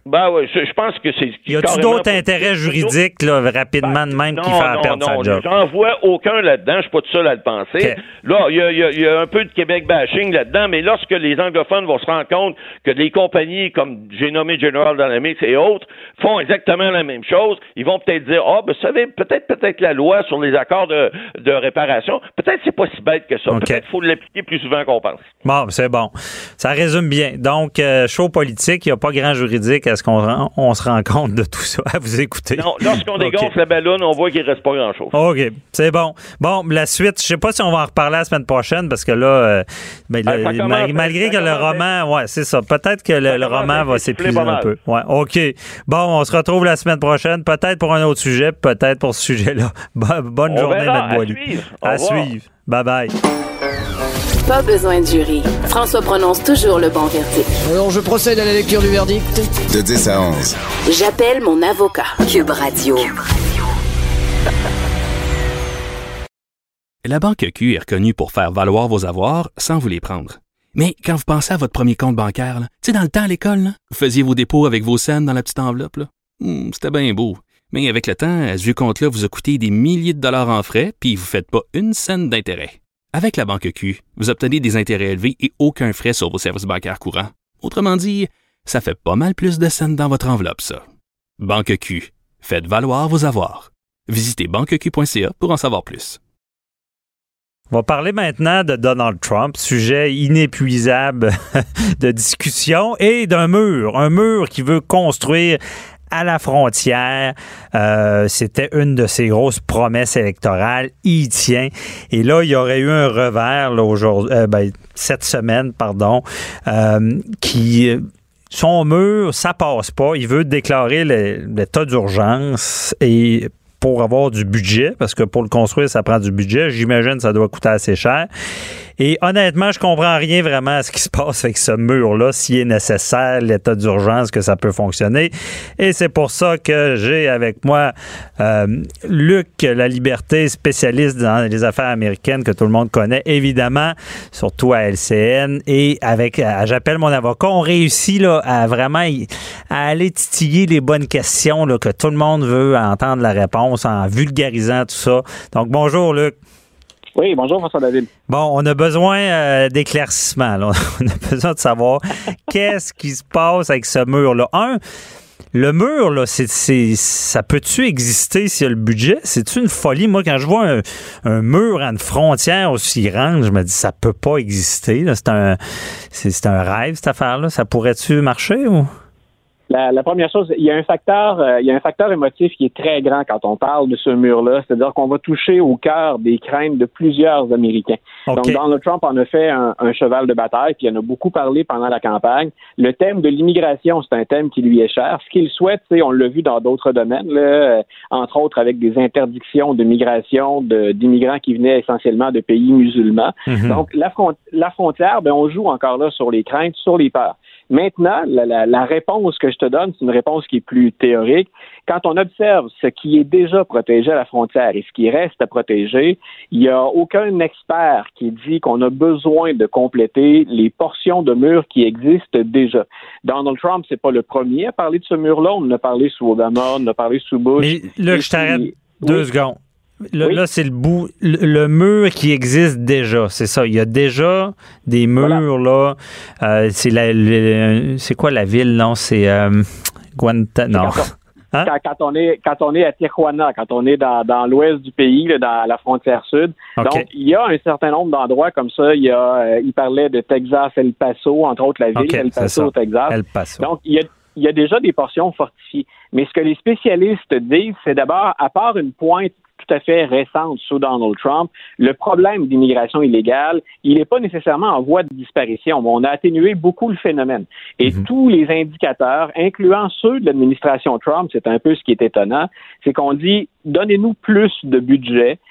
Ben oui, je, je pense que c'est... Y a-tu d'autres intérêts juridiques, là, rapidement de même, non, qui fait non, perdre non, sa job? J'en vois aucun là-dedans, je suis pas tout seul à le penser. Okay. Là, il y a, y, a, y a un peu de Québec bashing là-dedans, mais lorsque les anglophones vont se rendre compte que des compagnies comme j'ai nommé General Dynamics et autres font exactement la même chose, ils vont peut-être dire, ah, oh, ben, vous savez, peut-être, peut-être la loi sur les accords de, de réparation, peut-être c'est pas si bête que ça. Okay. Peut-être qu'il faut l'appliquer plus souvent qu'on pense. Bon, c'est bon. Ça résume bien. Donc, euh, show politique, il n'y a pas grand juridique à ce qu'on on se rend compte de tout ça, à vous écouter. Non, lorsqu'on dégonfle okay. la ballonne, on voit qu'il ne reste pas grand-chose. OK, c'est bon. Bon, la suite, je ne sais pas si on va en reparler la semaine prochaine, parce que là, euh, ben, ah, le, commence, malgré que le roman, ouais, c'est ça, peut-être que le, le roman va s'épuiser un peu. Ouais, OK. Bon, on se retrouve la semaine prochaine, peut-être pour un autre sujet, peut-être pour ce sujet-là. Bonne on journée, verra, M. Boileau. À suivre. À suivre. Bye-bye. Pas besoin de jury. François prononce toujours le bon verdict. Alors, je procède à la lecture du verdict. De dix à onze. J'appelle mon avocat. Cube Radio. La Banque Q est reconnue pour faire valoir vos avoirs sans vous les prendre. Mais quand vous pensez à votre premier compte bancaire, tu sais, dans le temps à l'école, là, vous faisiez vos dépôts avec vos scènes dans la petite enveloppe. Là. Hum, c'était bien beau. Mais avec le temps, à ce vieux compte-là vous a coûté des milliers de dollars en frais, puis vous ne faites pas une scène d'intérêt. Avec la Banque Q, vous obtenez des intérêts élevés et aucun frais sur vos services bancaires courants. Autrement dit, ça fait pas mal plus de scènes dans votre enveloppe, ça. Banque Q. Faites valoir vos avoirs. Visitez banque q point c a pour en savoir plus. On va parler maintenant de Donald Trump, sujet inépuisable de discussion, et d'un mur. Un mur qui veut construire à la frontière. Euh, c'était une de ses grosses promesses électorales. Il y tient. Et là, il y aurait eu un revers là, aujourd'hui, euh, ben, cette semaine, pardon, euh, qui... Son mur, ça passe pas. Il veut déclarer l'état d'urgence et pour avoir du budget, parce que pour le construire, ça prend du budget. J'imagine que ça doit coûter assez cher. Et honnêtement, je comprends rien vraiment à ce qui se passe avec ce mur-là, s'il est nécessaire, l'état d'urgence, que ça peut fonctionner. Et c'est pour ça que j'ai avec moi euh, Luc Laliberté, spécialiste dans les affaires américaines que tout le monde connaît, évidemment, surtout à L C N. Et avec à J'appelle mon avocat, on réussit là, à vraiment à aller titiller les bonnes questions, là, que tout le monde veut entendre la réponse en vulgarisant tout ça. Donc, bonjour, Luc. Oui, bonjour François David. Bon, on a besoin euh, d'éclaircissement. Là. On a besoin de savoir qu'est-ce qui se passe avec ce mur-là. Un, le mur, là, c'est, c'est, ça peut-tu exister s'il y a le budget? C'est-tu une folie? Moi, quand je vois un, un mur à une frontière aussi grande, je me dis ça peut pas exister. Là. C'est un, c'est, c'est un rêve, cette affaire-là. Ça pourrait-tu marcher ou... La, la première chose, il y a un facteur, euh, il y a un facteur émotif qui est très grand quand on parle de ce mur-là, c'est-à-dire qu'on va toucher au cœur des craintes de plusieurs Américains. Okay. Donc, Donald Trump en a fait un, un cheval de bataille, puis il en a beaucoup parlé pendant la campagne. Le thème de l'immigration, c'est un thème qui lui est cher. Ce qu'il souhaite, c'est, on l'a vu dans d'autres domaines, là, euh, entre autres avec des interdictions de migration de, d'immigrants qui venaient essentiellement de pays musulmans. Mm-hmm. Donc, la, front- la frontière, ben, on joue encore là sur les craintes, sur les peurs. Maintenant, la, la, la réponse que je te donne, c'est une réponse qui est plus théorique. Quand on observe ce qui est déjà protégé à la frontière et ce qui reste à protéger, il n'y a aucun expert qui dit qu'on a besoin de compléter les portions de murs qui existent déjà. Donald Trump, c'est pas le premier à parler de ce mur-là. On en a parlé sous Obama, on en a parlé sous Bush. Mais là, je t'arrête puis... deux oui. secondes. Le, oui. Là, c'est le bout, le, le mur qui existe déjà, c'est ça. Il y a déjà des murs, voilà. là. Euh, c'est la, le, c'est quoi la ville, non? C'est euh, Guantanamo. Hein? Quand, quand, on est, quand on est à Tijuana, quand on est dans, dans l'ouest du pays, là, dans la frontière sud. Okay. Donc, il y a un certain nombre d'endroits comme ça. Il y a, euh, il parlait de Texas, El Paso, entre autres la ville okay, El Paso au Texas. El Paso. Donc, il y a il y a déjà des portions fortifiées. Mais ce que les spécialistes disent, c'est d'abord, à part une pointe tout à fait récente sous Donald Trump, le problème d'immigration illégale, il n'est pas nécessairement en voie de disparition. On a atténué beaucoup le phénomène. Et mm-hmm. tous les indicateurs, incluant ceux de l'administration Trump, c'est un peu ce qui est étonnant, c'est qu'on dit, donnez-nous plus de budget,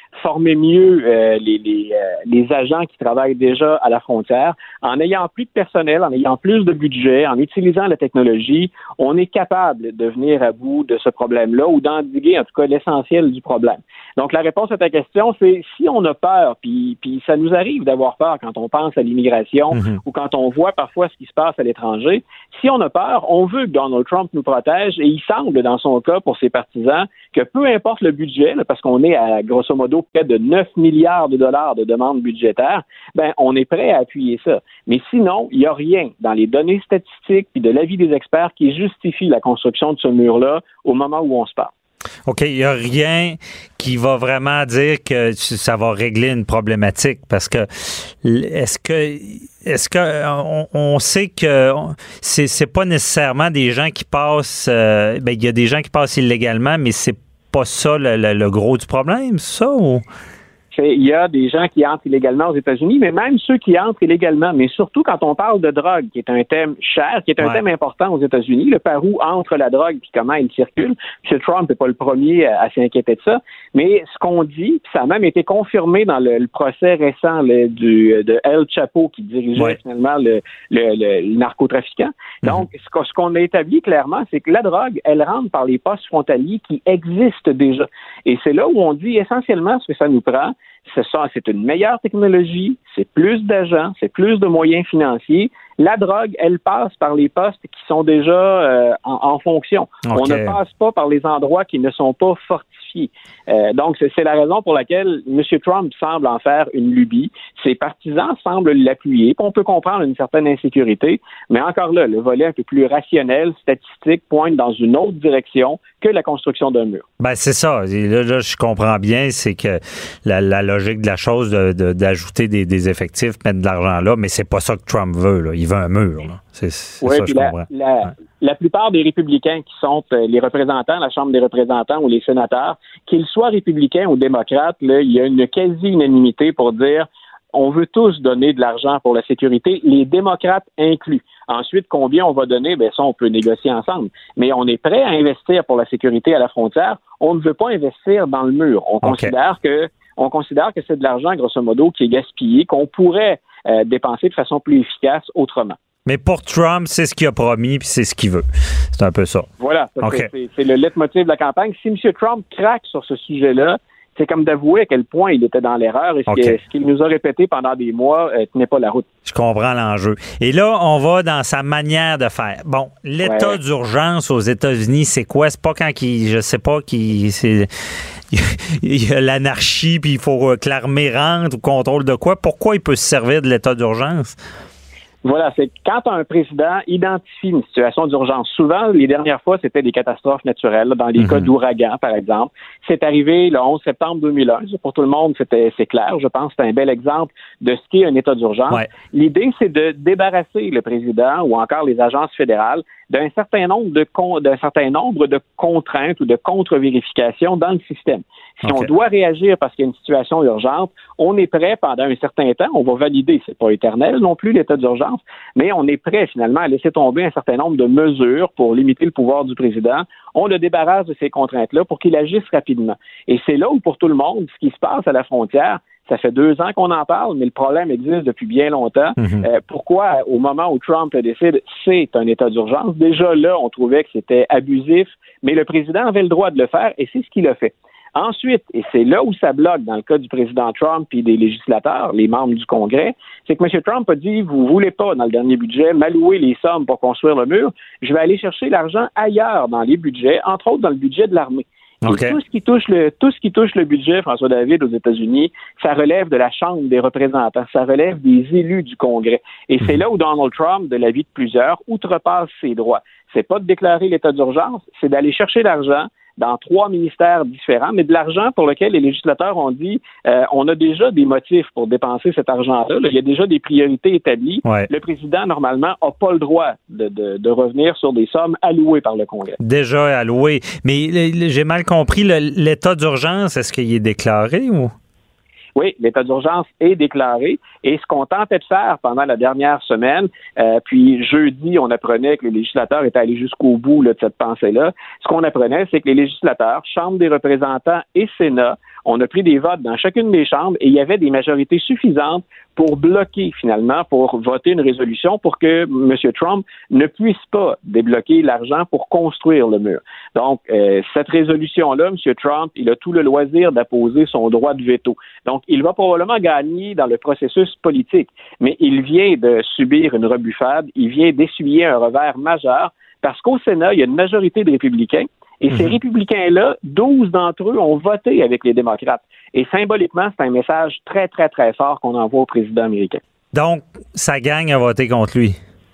former mieux euh, les, les, euh, les agents qui travaillent déjà à la frontière. En ayant plus de personnel, en ayant plus de budget, en utilisant la technologie, on est capable de venir à bout de ce problème-là ou d'endiguer en tout cas l'essentiel du problème. Donc la réponse à ta question, c'est si on a peur, puis, puis ça nous arrive d'avoir peur quand on pense à l'immigration mm-hmm. ou quand on voit parfois ce qui se passe à l'étranger, si on a peur, on veut que Donald Trump nous protège et il semble dans son cas pour ses partisans que peu importe le budget, là, parce qu'on est à grosso modo près de neuf milliards de dollars de demandes budgétaires, ben on est prêt à appuyer ça. Mais sinon, il n'y a rien dans les données statistiques puis de l'avis des experts qui justifie la construction de ce mur-là au moment où on se parle. OK, il n'y a rien qui va vraiment dire que ça va régler une problématique parce que est-ce que est-ce que on, on sait que c'est c'est pas nécessairement des gens qui passent euh, ben il y a des gens qui passent illégalement, mais c'est pas ça le, le, le gros du problème, ça ou? Il y a des gens qui entrent illégalement aux États-Unis, mais même ceux qui entrent illégalement, mais surtout quand on parle de drogue, qui est un thème cher, qui est un ouais. thème important aux États-Unis, le par où entre la drogue et comment elle circule. M. Trump n'est pas le premier à, à s'inquiéter de ça, mais ce qu'on dit, ça a même été confirmé dans le, le procès récent le, du, de El Chapo qui dirigeait ouais. finalement le, le, le, le narcotrafiquant. Donc, mm-hmm. ce, ce qu'on a établi clairement, c'est que la drogue, elle rentre par les postes frontaliers qui existent déjà. Et c'est là où on dit essentiellement ce que ça nous prend. C'est ça, c'est une meilleure technologie, c'est plus d'agents, c'est plus de moyens financiers. La drogue, elle passe par les postes qui sont déjà euh, en, en fonction. Okay. On ne passe pas par les endroits qui ne sont pas fortifiés. Euh, donc, c'est, c'est la raison pour laquelle M. Trump semble en faire une lubie. Ses partisans semblent l'appuyer. On peut comprendre une certaine insécurité, mais encore là, le volet un peu plus rationnel, statistique, pointe dans une autre direction que la construction d'un mur. Ben c'est ça. Là, là, je comprends bien, c'est que la, la logique de la chose, de, de, d'ajouter des, des effectifs, mettre de l'argent là, mais c'est pas ça que Trump veut. Là. Il veut un mur. Là. C'est, c'est oui, ça que je la, comprends. La, ouais. la plupart des républicains qui sont euh, les représentants, la Chambre des représentants ou les sénateurs, qu'ils soient républicains ou démocrates, là, il y a une quasi-unanimité pour dire on veut tous donner de l'argent pour la sécurité, les démocrates inclus. Ensuite, combien on va donner, ben ça, on peut négocier ensemble. Mais on est prêt à investir pour la sécurité à la frontière. On ne veut pas investir dans le mur. On okay. considère que on considère que c'est de l'argent, grosso modo, qui est gaspillé, qu'on pourrait euh, dépenser de façon plus efficace autrement. Mais pour Trump, c'est ce qu'il a promis puis c'est ce qu'il veut. C'est un peu ça. Voilà. Ça, okay. c'est, c'est le leitmotiv de la campagne. Si M. Trump craque sur ce sujet-là, c'est comme d'avouer à quel point il était dans l'erreur et ce, okay. que, ce qu'il nous a répété pendant des mois euh, tenait pas la route. Je comprends l'enjeu. Et là, on va dans sa manière de faire. Bon, l'état ouais. d'urgence aux États-Unis, c'est quoi? C'est pas quand il, je sais pas, qui c'est il y a l'anarchie puis il faut que l'armée rentre ou contrôle de quoi? Pourquoi il peut se servir de l'état d'urgence? Voilà, c'est quand un président identifie une situation d'urgence. Souvent, les dernières fois, c'était des catastrophes naturelles, dans les mm-hmm. cas d'ouragan, par exemple. C'est arrivé le onze septembre deux mille un. Pour tout le monde, c'était c'est clair. Je pense que c'est un bel exemple de ce qu'est un état d'urgence. Ouais. L'idée, c'est de débarrasser le président ou encore les agences fédérales d'un certain nombre de con, d'un certain nombre de contraintes ou de contre-vérifications dans le système. Si okay. on doit réagir parce qu'il y a une situation urgente, on est prêt pendant un certain temps. On va valider, c'est pas éternel non plus l'état d'urgence, mais on est prêt finalement à laisser tomber un certain nombre de mesures pour limiter le pouvoir du président. On le débarrasse de ces contraintes-là pour qu'il agisse rapidement. Et c'est là où, pour tout le monde, ce qui se passe à la frontière, ça fait deux ans qu'on en parle, mais le problème existe depuis bien longtemps. Mm-hmm. Euh, pourquoi, au moment où Trump le décide, c'est un état d'urgence? Déjà là, on trouvait que c'était abusif, mais le président avait le droit de le faire et c'est ce qu'il a fait. Ensuite, et c'est là où ça bloque dans le cas du président Trump et des législateurs, les membres du Congrès, c'est que M. Trump a dit, vous voulez pas, dans le dernier budget, m'allouer les sommes pour construire le mur, je vais aller chercher l'argent ailleurs dans les budgets, entre autres dans le budget de l'armée. Okay. Et tout ce qui touche le tout ce qui touche le budget, François David, aux États-Unis, ça relève de la Chambre des représentants, ça relève des élus du Congrès. Et mmh. c'est là où Donald Trump, de l'avis de plusieurs, outrepasse ses droits. C'est pas de déclarer l'état d'urgence, c'est d'aller chercher l'argent dans trois ministères différents, mais de l'argent pour lequel les législateurs ont dit euh, on a déjà des motifs pour dépenser cet argent-là. Là, il y a déjà des priorités établies. Ouais. Le président, normalement, n'a pas le droit de, de, de revenir sur des sommes allouées par le Congrès. Déjà allouées. Mais j'ai mal compris, le, l'état d'urgence, est-ce qu'il est déclaré ou? Oui, l'état d'urgence est déclaré et ce qu'on tentait de faire pendant la dernière semaine, euh, puis jeudi, on apprenait que les législateurs étaient allés jusqu'au bout là, de cette pensée-là. Ce qu'on apprenait, c'est que les législateurs, Chambre des représentants et Sénat, on a pris des votes dans chacune des chambres et il y avait des majorités suffisantes pour bloquer finalement, pour voter une résolution pour que M. Trump ne puisse pas débloquer l'argent pour construire le mur. Donc, euh, cette résolution-là, M. Trump, il a tout le loisir d'apposer son droit de veto. Donc, il va probablement gagner dans le processus politique, mais il vient de subir une rebuffade, il vient d'essuyer un revers majeur parce qu'au Sénat, il y a une majorité de républicains. Et ces républicains-là, douze d'entre eux ont voté avec les démocrates. Et symboliquement, c'est un message très, très, très fort qu'on envoie au président américain. Donc, sa gang a voté contre lui?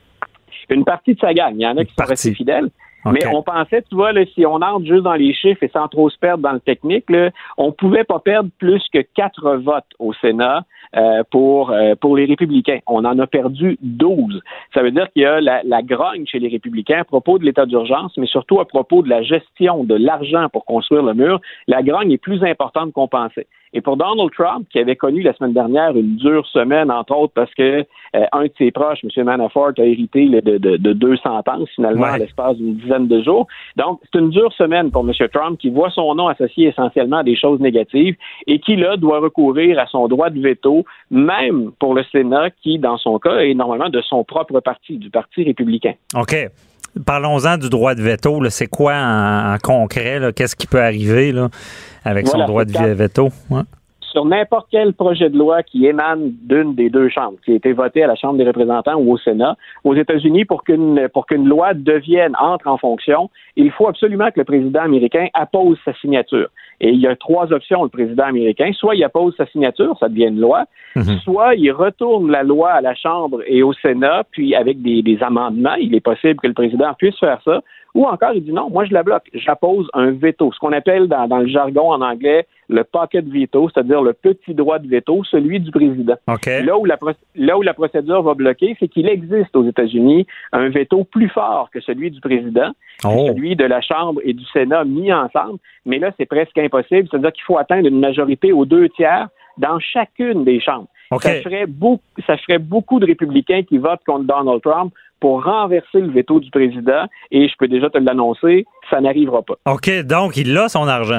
Une partie de sa gang. Il y en a Une qui partie. sont restés fidèles. Okay. Mais on pensait, tu vois, là, si on entre juste dans les chiffres et sans trop se perdre dans le technique, là, on pouvait pas perdre plus que quatre votes au Sénat euh, pour euh, pour les républicains. On en a perdu douze. Ça veut dire qu'il y a la, la grogne chez les républicains à propos de l'état d'urgence, mais surtout à propos de la gestion de l'argent pour construire le mur. La grogne est plus importante qu'on pensait. Et pour Donald Trump, qui avait connu la semaine dernière une dure semaine, entre autres, parce que euh, un de ses proches, M. Manafort, a hérité là, de, de, de deux sentences, finalement, ouais. à l'espace d'une dizaine de jours. Donc, c'est une dure semaine pour M. Trump, qui voit son nom associé essentiellement à des choses négatives et qui, là, doit recourir à son droit de veto, même pour le Sénat, qui, dans son cas, est normalement de son propre parti, du Parti républicain. OK. Parlons-en du droit de veto. Là. C'est quoi en, en concret? Là? Qu'est-ce qui peut arriver là, avec voilà, son droit de veto? Ouais. Sur n'importe quel projet de loi qui émane d'une des deux chambres, qui a été voté à la Chambre des représentants ou au Sénat, aux États-Unis, pour qu'une pour qu'une loi devienne, entre en fonction, il faut absolument que le président américain appose sa signature. Et il y a trois options, le président américain. Soit il appose sa signature, ça devient une loi, mm-hmm. soit il retourne la loi à la Chambre et au Sénat, puis avec des, des amendements, il est possible que le président puisse faire ça, ou encore il dit non, moi je la bloque, j'appose un veto, ce qu'on appelle dans, dans le jargon en anglais le pocket veto, c'est-à-dire le petit droit de veto, celui du président. Okay. Là où la là où la procédure va bloquer, c'est qu'il existe aux États-Unis un veto plus fort que celui du président, oh. celui de la Chambre et du Sénat mis ensemble, mais là c'est presque impossible, c'est-à-dire qu'il faut atteindre une majorité aux deux tiers dans chacune des chambres. Okay. Ça ferait beaucoup, ça ferait beaucoup de républicains qui votent contre Donald Trump pour renverser le veto du président, et je peux déjà te l'annoncer, ça n'arrivera pas. OK, donc il a son argent.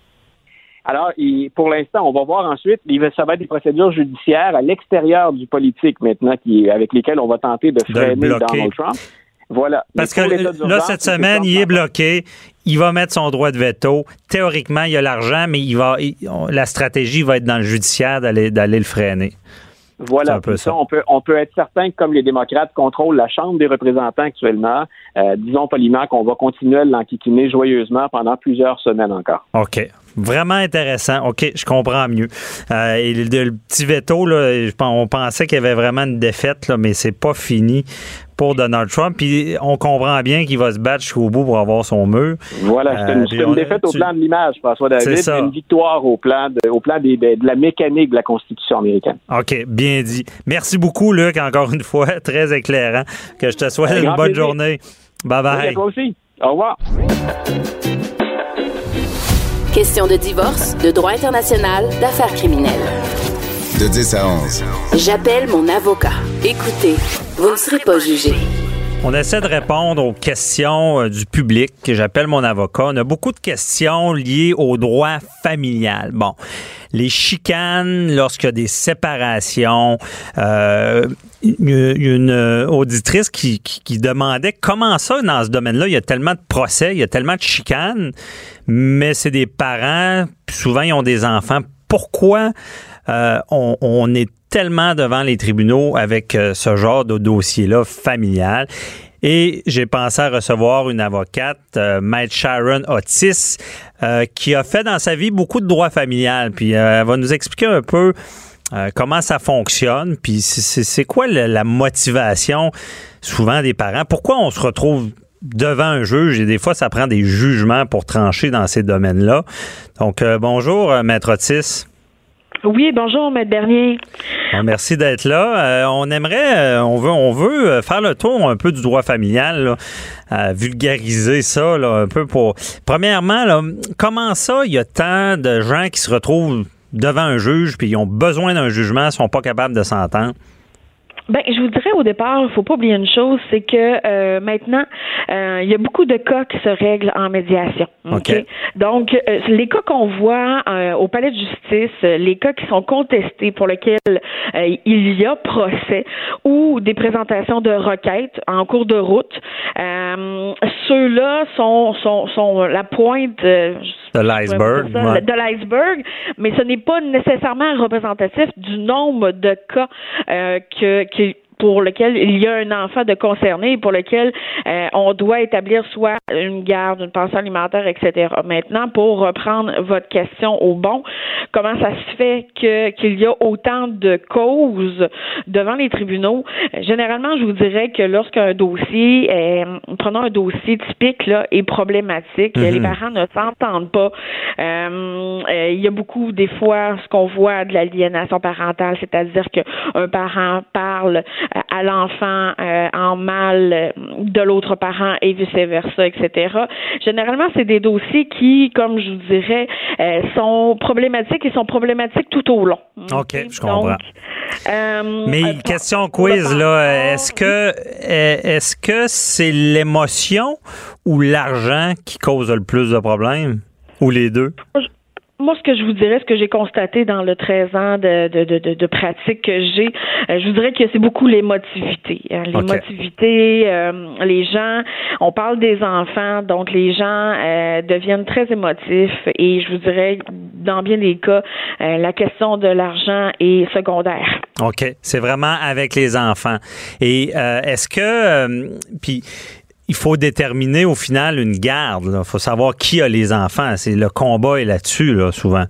Alors, il, pour l'instant, on va voir ensuite, il va, ça va être des procédures judiciaires à l'extérieur du politique maintenant, qui, avec lesquelles on va tenter de freiner de Donald Trump. Voilà. Parce que là, cette semaine, il est bloqué. Il va mettre son droit de veto. Théoriquement, il a l'argent, mais il va, il, on, la stratégie va être dans le judiciaire d'aller, d'aller le freiner. Voilà, un peu ça. On peut, on peut être certain que comme les démocrates contrôlent la Chambre des représentants actuellement, euh, disons poliment qu'on va continuer à l'enquiquiner joyeusement pendant plusieurs semaines encore. OK. Vraiment intéressant. OK, je comprends mieux. Euh, et le, le petit veto, là, on pensait qu'il y avait vraiment une défaite, là, mais c'est pas fini pour Donald Trump. Puis on comprend bien qu'il va se battre jusqu'au bout pour avoir son mur. Voilà, c'est une, euh, c'est une on, défaite tu... au plan de l'image, François David, c'est une victoire au plan de, au plan des, de, de la mécanique de la Constitution américaine. OK, bien dit. Merci beaucoup, Luc, encore une fois, très éclairant. Que je te souhaite une bonne plaisir. Journée. Bye-bye. Oui, toi aussi. Au revoir. Question de divorce, de droit international, d'affaires criminelles. De dix à onze. J'appelle mon avocat. Écoutez, vous ne serez pas jugé. On essaie de répondre aux questions euh, du public. J'appelle mon avocat. On a beaucoup de questions liées au droit familial. Bon, les chicanes lorsqu'il y a des séparations. Euh, une, une auditrice qui, qui, qui demandait comment ça, dans ce domaine-là, il y a tellement de procès, il y a tellement de chicanes, mais c'est des parents, souvent ils ont des enfants. Pourquoi euh, on, on est tellement devant les tribunaux avec euh, ce genre de dossier-là familial? Et j'ai pensé à recevoir une avocate, euh, Maître Sharon Otis, euh, qui a fait dans sa vie beaucoup de droit familial. Puis euh, elle va nous expliquer un peu euh, comment ça fonctionne, puis c'est, c'est quoi la, la motivation souvent des parents. Pourquoi on se retrouve devant un juge et des fois ça prend des jugements pour trancher dans ces domaines-là. Donc euh, bonjour, euh, Maître Otis. Oui, bonjour, Maître Bernier. Bon, merci d'être là. Euh, on aimerait, euh, on veut, on veut faire le tour un peu du droit familial, là, euh, vulgariser ça là, un peu pour. Premièrement, là, comment ça, il y a tant de gens qui se retrouvent devant un juge puis ils ont besoin d'un jugement, ils sont pas capables de s'entendre? Ben, je vous dirais au départ, il faut pas oublier une chose, c'est que euh, maintenant, euh, il y a beaucoup de cas qui se règlent en médiation. Okay? Okay. Donc, euh, les cas qu'on voit euh, au palais de justice, les cas qui sont contestés, pour lesquels euh, il y a procès ou des présentations de requêtes en cours de route, euh, ceux-là sont, sont, sont la pointe euh, de l'iceberg, ça, ouais. de l'iceberg, mais ce n'est pas nécessairement représentatif du nombre de cas euh, que, que pour lequel il y a un enfant de concerné, pour lequel euh, on doit établir soit une garde, une pension alimentaire, et cetera. Maintenant, pour reprendre votre question au bon, comment ça se fait que qu'il y a autant de causes devant les tribunaux? Généralement, je vous dirais que lorsqu'un dossier, euh, prenons un dossier typique, là, est problématique, mm-hmm. les parents ne s'entendent pas. Euh, euh, il y a beaucoup, des fois, ce qu'on voit de l'aliénation parentale, c'est-à-dire qu'un parent parle à l'enfant euh, en mal de l'autre parent et vice-versa, et cetera. Généralement, c'est des dossiers qui, comme je vous dirais, euh, sont problématiques et sont problématiques tout au long. OK, okay? je comprends. Donc, euh, Mais euh, question quiz, là, est-ce que est-ce que c'est l'émotion ou l'argent qui cause le plus de problèmes? Ou les deux? Moi, ce que je vous dirais, ce que j'ai constaté dans le treize ans de, de, de, de, de pratique que j'ai, euh, je vous dirais que c'est beaucoup l'émotivité. Hein. L'émotivité, okay. euh, les gens, on parle des enfants, donc les gens euh, deviennent très émotifs et je vous dirais, dans bien des cas, euh, la question de l'argent est secondaire. OK. C'est vraiment avec les enfants. Et euh, est-ce que... Euh, puis il faut déterminer au final une garde. Il faut savoir qui a les enfants. C'est le combat est là-dessus, là, souvent.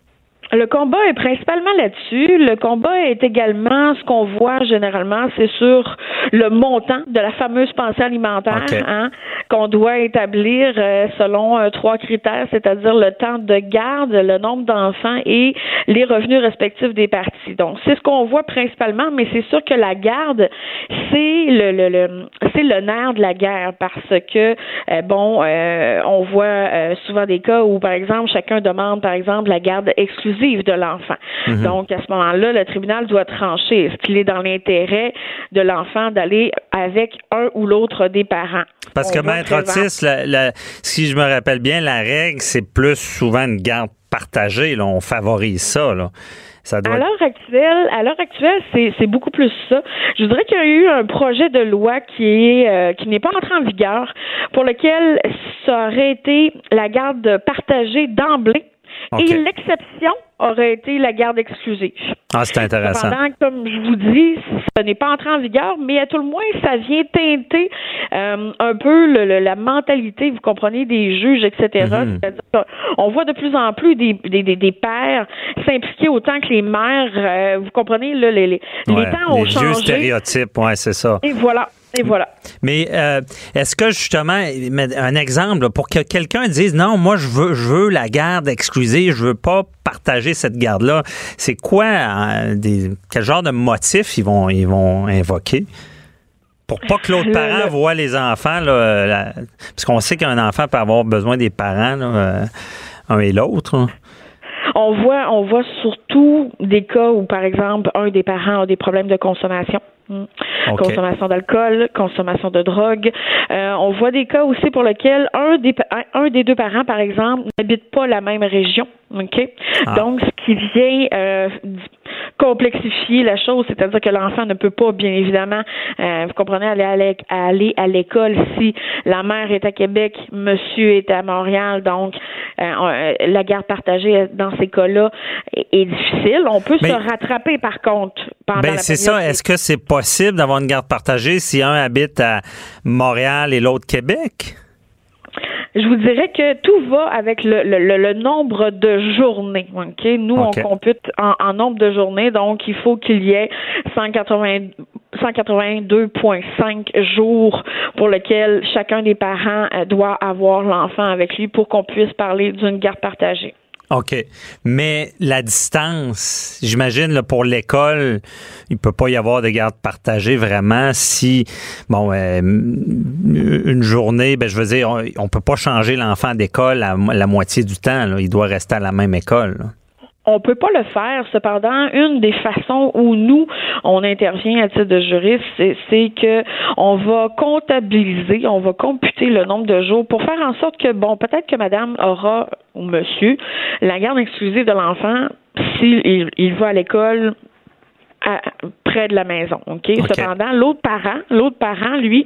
Le combat est principalement là-dessus. Le combat est également, ce qu'on voit généralement, c'est sur le montant de la fameuse pension alimentaire, okay. hein, qu'on doit établir euh, selon euh, trois critères, c'est-à-dire le temps de garde, le nombre d'enfants et les revenus respectifs des parties. Donc, c'est ce qu'on voit principalement, mais c'est sûr que la garde, c'est le, le, le c'est le nerf de la guerre parce que, euh, bon, euh, on voit euh, souvent des cas où, par exemple, chacun demande, par exemple, la garde exclusive de l'enfant. Mm-hmm. Donc, à ce moment-là, le tribunal doit trancher. Est-ce qu'il est dans l'intérêt de l'enfant d'aller avec un ou l'autre des parents? Parce que, Maître Otis, la, la, si je me rappelle bien, la règle, c'est plus souvent une garde partagée. Là. On favorise ça, là. Ça doit... À l'heure actuelle, à l'heure actuelle, c'est, c'est beaucoup plus ça. Je voudrais qu'il y a eu un projet de loi qui est euh, qui n'est pas entré en vigueur, pour lequel ça aurait été la garde partagée d'emblée. Okay. Et l'exception aurait été la garde exclusive. Ah, c'est intéressant. Cependant, comme je vous dis, ça n'est pas entré en vigueur, mais à tout le moins, ça vient teinter euh, un peu le, le, la mentalité, vous comprenez, des juges, et cetera. Mm-hmm. C'est-à-dire qu'on voit de plus en plus des, des, des, des pères s'impliquer autant que les mères. Euh, vous comprenez, là, les, les, ouais, les temps ont les changé. Les vieux stéréotypes, oui, c'est ça. Et voilà. Et voilà. Mais euh, est-ce que justement, un exemple là, pour que quelqu'un dise non, moi je veux, je veux la garde exclusive, je veux pas partager cette garde-là. C'est quoi euh, des quel genre de motifs ils vont ils vont invoquer pour pas que l'autre parent le... voit les enfants là, la, parce qu'on sait qu'un enfant peut avoir besoin des parents là, euh, un et l'autre. Hein. On voit on voit surtout des cas où par exemple un des parents a des problèmes de consommation. Okay. Consommation d'alcool, consommation de drogue. Euh, on voit des cas aussi pour lesquels un des un des deux parents, par exemple, n'habite pas la même région. OK? Ah. Donc, ce qui vient euh, complexifier la chose, c'est-à-dire que l'enfant ne peut pas, bien évidemment, euh, vous comprenez, aller à, l'é- aller à l'école si la mère est à Québec, monsieur est à Montréal. Donc, euh, la garde partagée dans ces cas-là est, est difficile. On peut Mais, se rattraper, par contre, pendant ben, la c'est ça. Est-ce que c'est possible d'avoir une garde partagée si un habite à Montréal et l'autre Québec? Je vous dirais que tout va avec le, le, le nombre de journées. OK? Nous, okay. on compute en, en nombre de journées, donc il faut qu'il y ait cent quatre-vingts, cent quatre-vingt-deux virgule cinq jours pour lesquels chacun des parents doit avoir l'enfant avec lui pour qu'on puisse parler d'une garde partagée. OK. Mais la distance, j'imagine, là, pour l'école, il peut pas y avoir de garde partagée vraiment si, bon, euh, une journée, ben, je veux dire, on, on peut pas changer l'enfant d'école à la moitié du temps, là. Il doit rester à la même école, là. On peut pas le faire. Cependant, une des façons où nous, on intervient à titre de juriste, c'est, c'est que on va comptabiliser, on va computer le nombre de jours pour faire en sorte que, bon, peut-être que madame aura, ou monsieur, la garde exclusive de l'enfant s'il il, il va à l'école à, près de la maison. OK? Okay. Cependant, l'autre parent, l'autre parent, lui,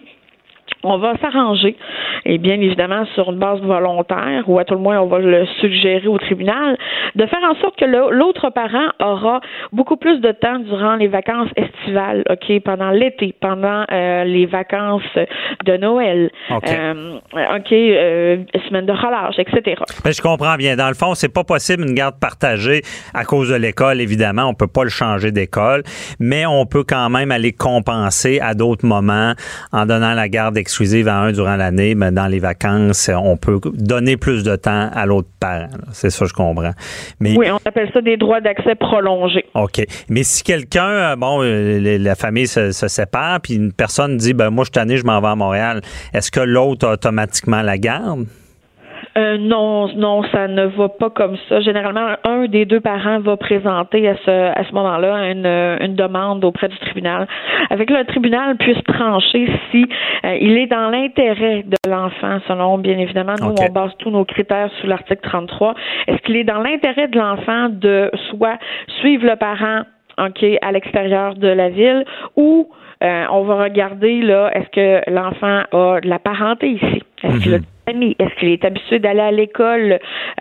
on va s'arranger, et bien évidemment sur une base volontaire, ou à tout le moins on va le suggérer au tribunal, de faire en sorte que le, l'autre parent aura beaucoup plus de temps durant les vacances estivales, ok, pendant l'été, pendant euh, les vacances de Noël, ok, euh, okay euh, semaine de relâche, et cetera. Ben, je comprends bien. Dans le fond, c'est pas possible une garde partagée à cause de l'école, évidemment. On peut pas le changer d'école, mais on peut quand même aller compenser à d'autres moments en donnant la garde exclusive à un durant l'année, mais dans les vacances, on peut donner plus de temps à l'autre parent. C'est ça, je comprends. Mais, oui, on appelle ça des droits d'accès prolongés. OK. Mais si quelqu'un, bon, la famille se, se sépare, puis une personne dit, ben moi, je suis tanné, je m'en vais à Montréal, est-ce que l'autre a automatiquement la garde? Euh, non, non, ça ne va pas comme ça. Généralement, un des deux parents va présenter à ce à ce moment-là une, une demande auprès du tribunal, avec que le tribunal puisse trancher si euh, il est dans l'intérêt de l'enfant, selon bien évidemment, nous okay. on base tous nos critères sur l'article trente-trois. Est-ce qu'il est dans l'intérêt de l'enfant de soit suivre le parent, ok, à l'extérieur de la ville, ou euh, on va regarder là, est-ce que l'enfant a de la parenté ici, est-ce mm-hmm. qu'il a est-ce qu'il est habitué d'aller à l'école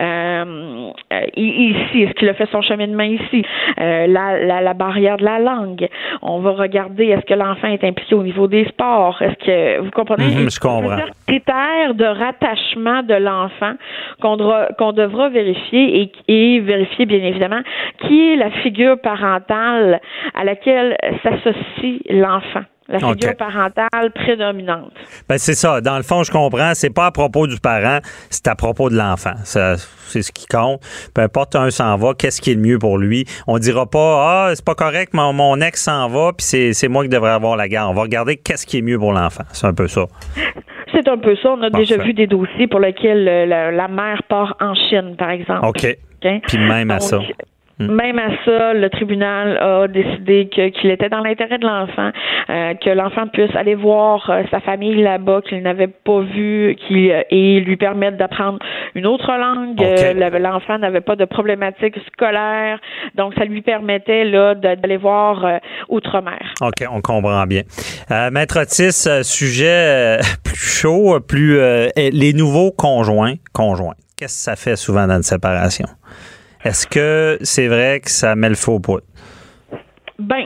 euh, ici? Est-ce qu'il a fait son cheminement ici? Euh, la, la, la barrière de la langue. On va regarder, est-ce que l'enfant est impliqué au niveau des sports? Est-ce que, vous comprenez? Mmh, je comprends. C'est critères de rattachement de l'enfant qu'on devra, qu'on devra vérifier et, et vérifier, bien évidemment, qui est la figure parentale à laquelle s'associe l'enfant. La figure okay. parentale prédominante. Ben c'est ça. Dans le fond, je comprends. C'est pas à propos du parent, c'est à propos de l'enfant. Ça, c'est ce qui compte. Peu importe un s'en va, qu'est-ce qui est le mieux pour lui. On dira pas, ah, c'est pas correct, mon, mon ex s'en va, puis c'est, c'est moi qui devrais avoir la garde. On va regarder qu'est-ce qui est mieux pour l'enfant. C'est un peu ça. C'est un peu ça. On a Parfait. déjà vu des dossiers pour lesquels la, la mère part en Chine, par exemple. OK. Okay? Puis même à Donc, ça. Même à ça, le tribunal a décidé que, qu'il était dans l'intérêt de l'enfant, euh, que l'enfant puisse aller voir euh, sa famille là-bas qu'il n'avait pas vu, qu'il, euh, et lui permettre d'apprendre une autre langue. Okay. Euh, l'enfant n'avait pas de problématiques scolaires, donc ça lui permettait là d'aller voir euh, outre-mer. OK, on comprend bien. Euh, Maître Otis, sujet euh, plus chaud, plus euh, les nouveaux conjoints, conjoints. Qu'est-ce que ça fait souvent dans une séparation? Est-ce que c'est vrai que ça met le faux poids? Ben,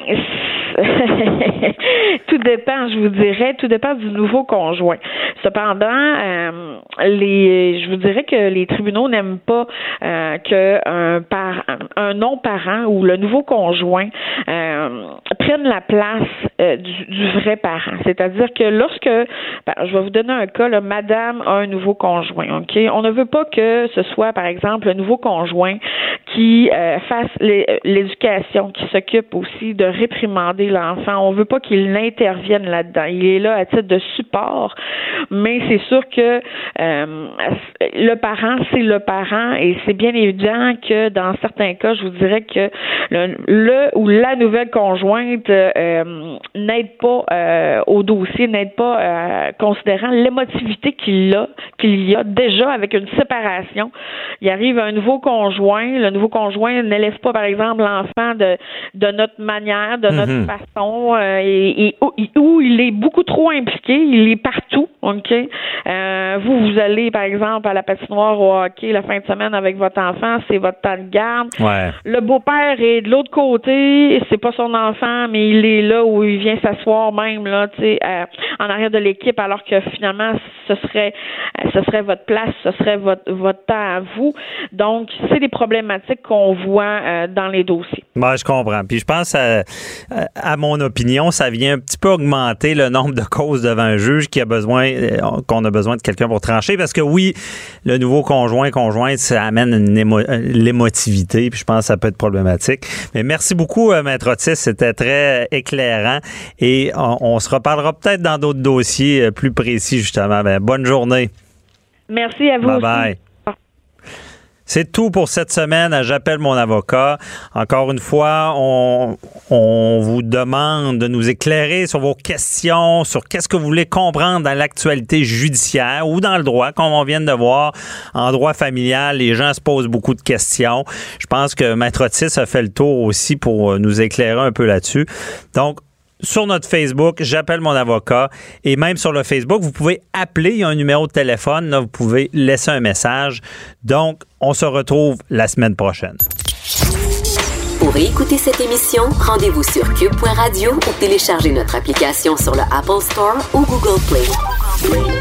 tout dépend, je vous dirais, tout dépend du nouveau conjoint. Cependant, euh, les, je vous dirais que les tribunaux n'aiment pas euh, que un, par, un non-parent ou le nouveau conjoint euh, prenne la place euh, du, du vrai parent. C'est-à-dire que lorsque, ben, je vais vous donner un cas, là, madame a un nouveau conjoint, ok? On ne veut pas que ce soit, par exemple, le nouveau conjoint qui euh, fasse les, l'éducation, qui s'occupe aussi de réprimander l'enfant. On veut pas qu'il intervienne là-dedans. Il est là à titre de support, mais c'est sûr que euh, le parent, c'est le parent, et c'est bien évident que dans certains cas, je vous dirais que le, le ou la nouvelle conjointe euh, n'aide pas euh, au dossier, n'aide pas euh, considérant l'émotivité qu'il a, qu'il y a déjà avec une séparation. Il arrive un nouveau conjoint, le nouveau conjoint n'élève pas, par exemple, l'enfant de, de notre manière, de notre mm-hmm. façon, euh, et, et où, où il est beaucoup trop impliqué, il est partout, ok? Euh, vous, vous allez, par exemple, à la patinoire au hockey la fin de semaine avec votre enfant, c'est votre temps de garde. Ouais. Le beau-père est de l'autre côté, c'est pas son enfant, mais il est là où il vient s'asseoir même, là, tu sais, euh, en arrière de l'équipe, alors que finalement, ce serait, ce serait votre place, ce serait votre, votre temps à vous. Donc, c'est des problématiques qu'on voit euh, dans les dossiers. Ben, je comprends. Puis je pense, à, à mon opinion, ça vient un petit peu augmenter le nombre de causes devant un juge qui a besoin, qu'on a besoin de quelqu'un pour trancher. Parce que oui, le nouveau conjoint, conjointe, ça amène une émo, l'émotivité. Puis je pense que ça peut être problématique. Mais merci beaucoup, Maître Otis. C'était très éclairant. Et on, on se reparlera peut-être dans d'autres dossiers plus précis, justement. Ben, bonne journée. Merci à vous bye aussi. Bye. C'est C'est tout pour cette semaine à J'appelle mon avocat. Encore une fois, on, on vous demande de nous éclairer sur vos questions, sur qu'est-ce que vous voulez comprendre dans l'actualité judiciaire ou dans le droit, comme on vient de voir. En droit familial, les gens se posent beaucoup de questions. Je pense que Maître Otis a fait le tour aussi pour nous éclairer un peu là-dessus. Donc, sur notre Facebook, J'appelle mon avocat. Et même sur le Facebook, vous pouvez appeler. Il y a un numéro de téléphone. Là, vous pouvez laisser un message. Donc, on se retrouve la semaine prochaine. Pour écouter cette émission, rendez-vous sur cube point radio ou téléchargez notre application sur le Apple Store ou Google Play.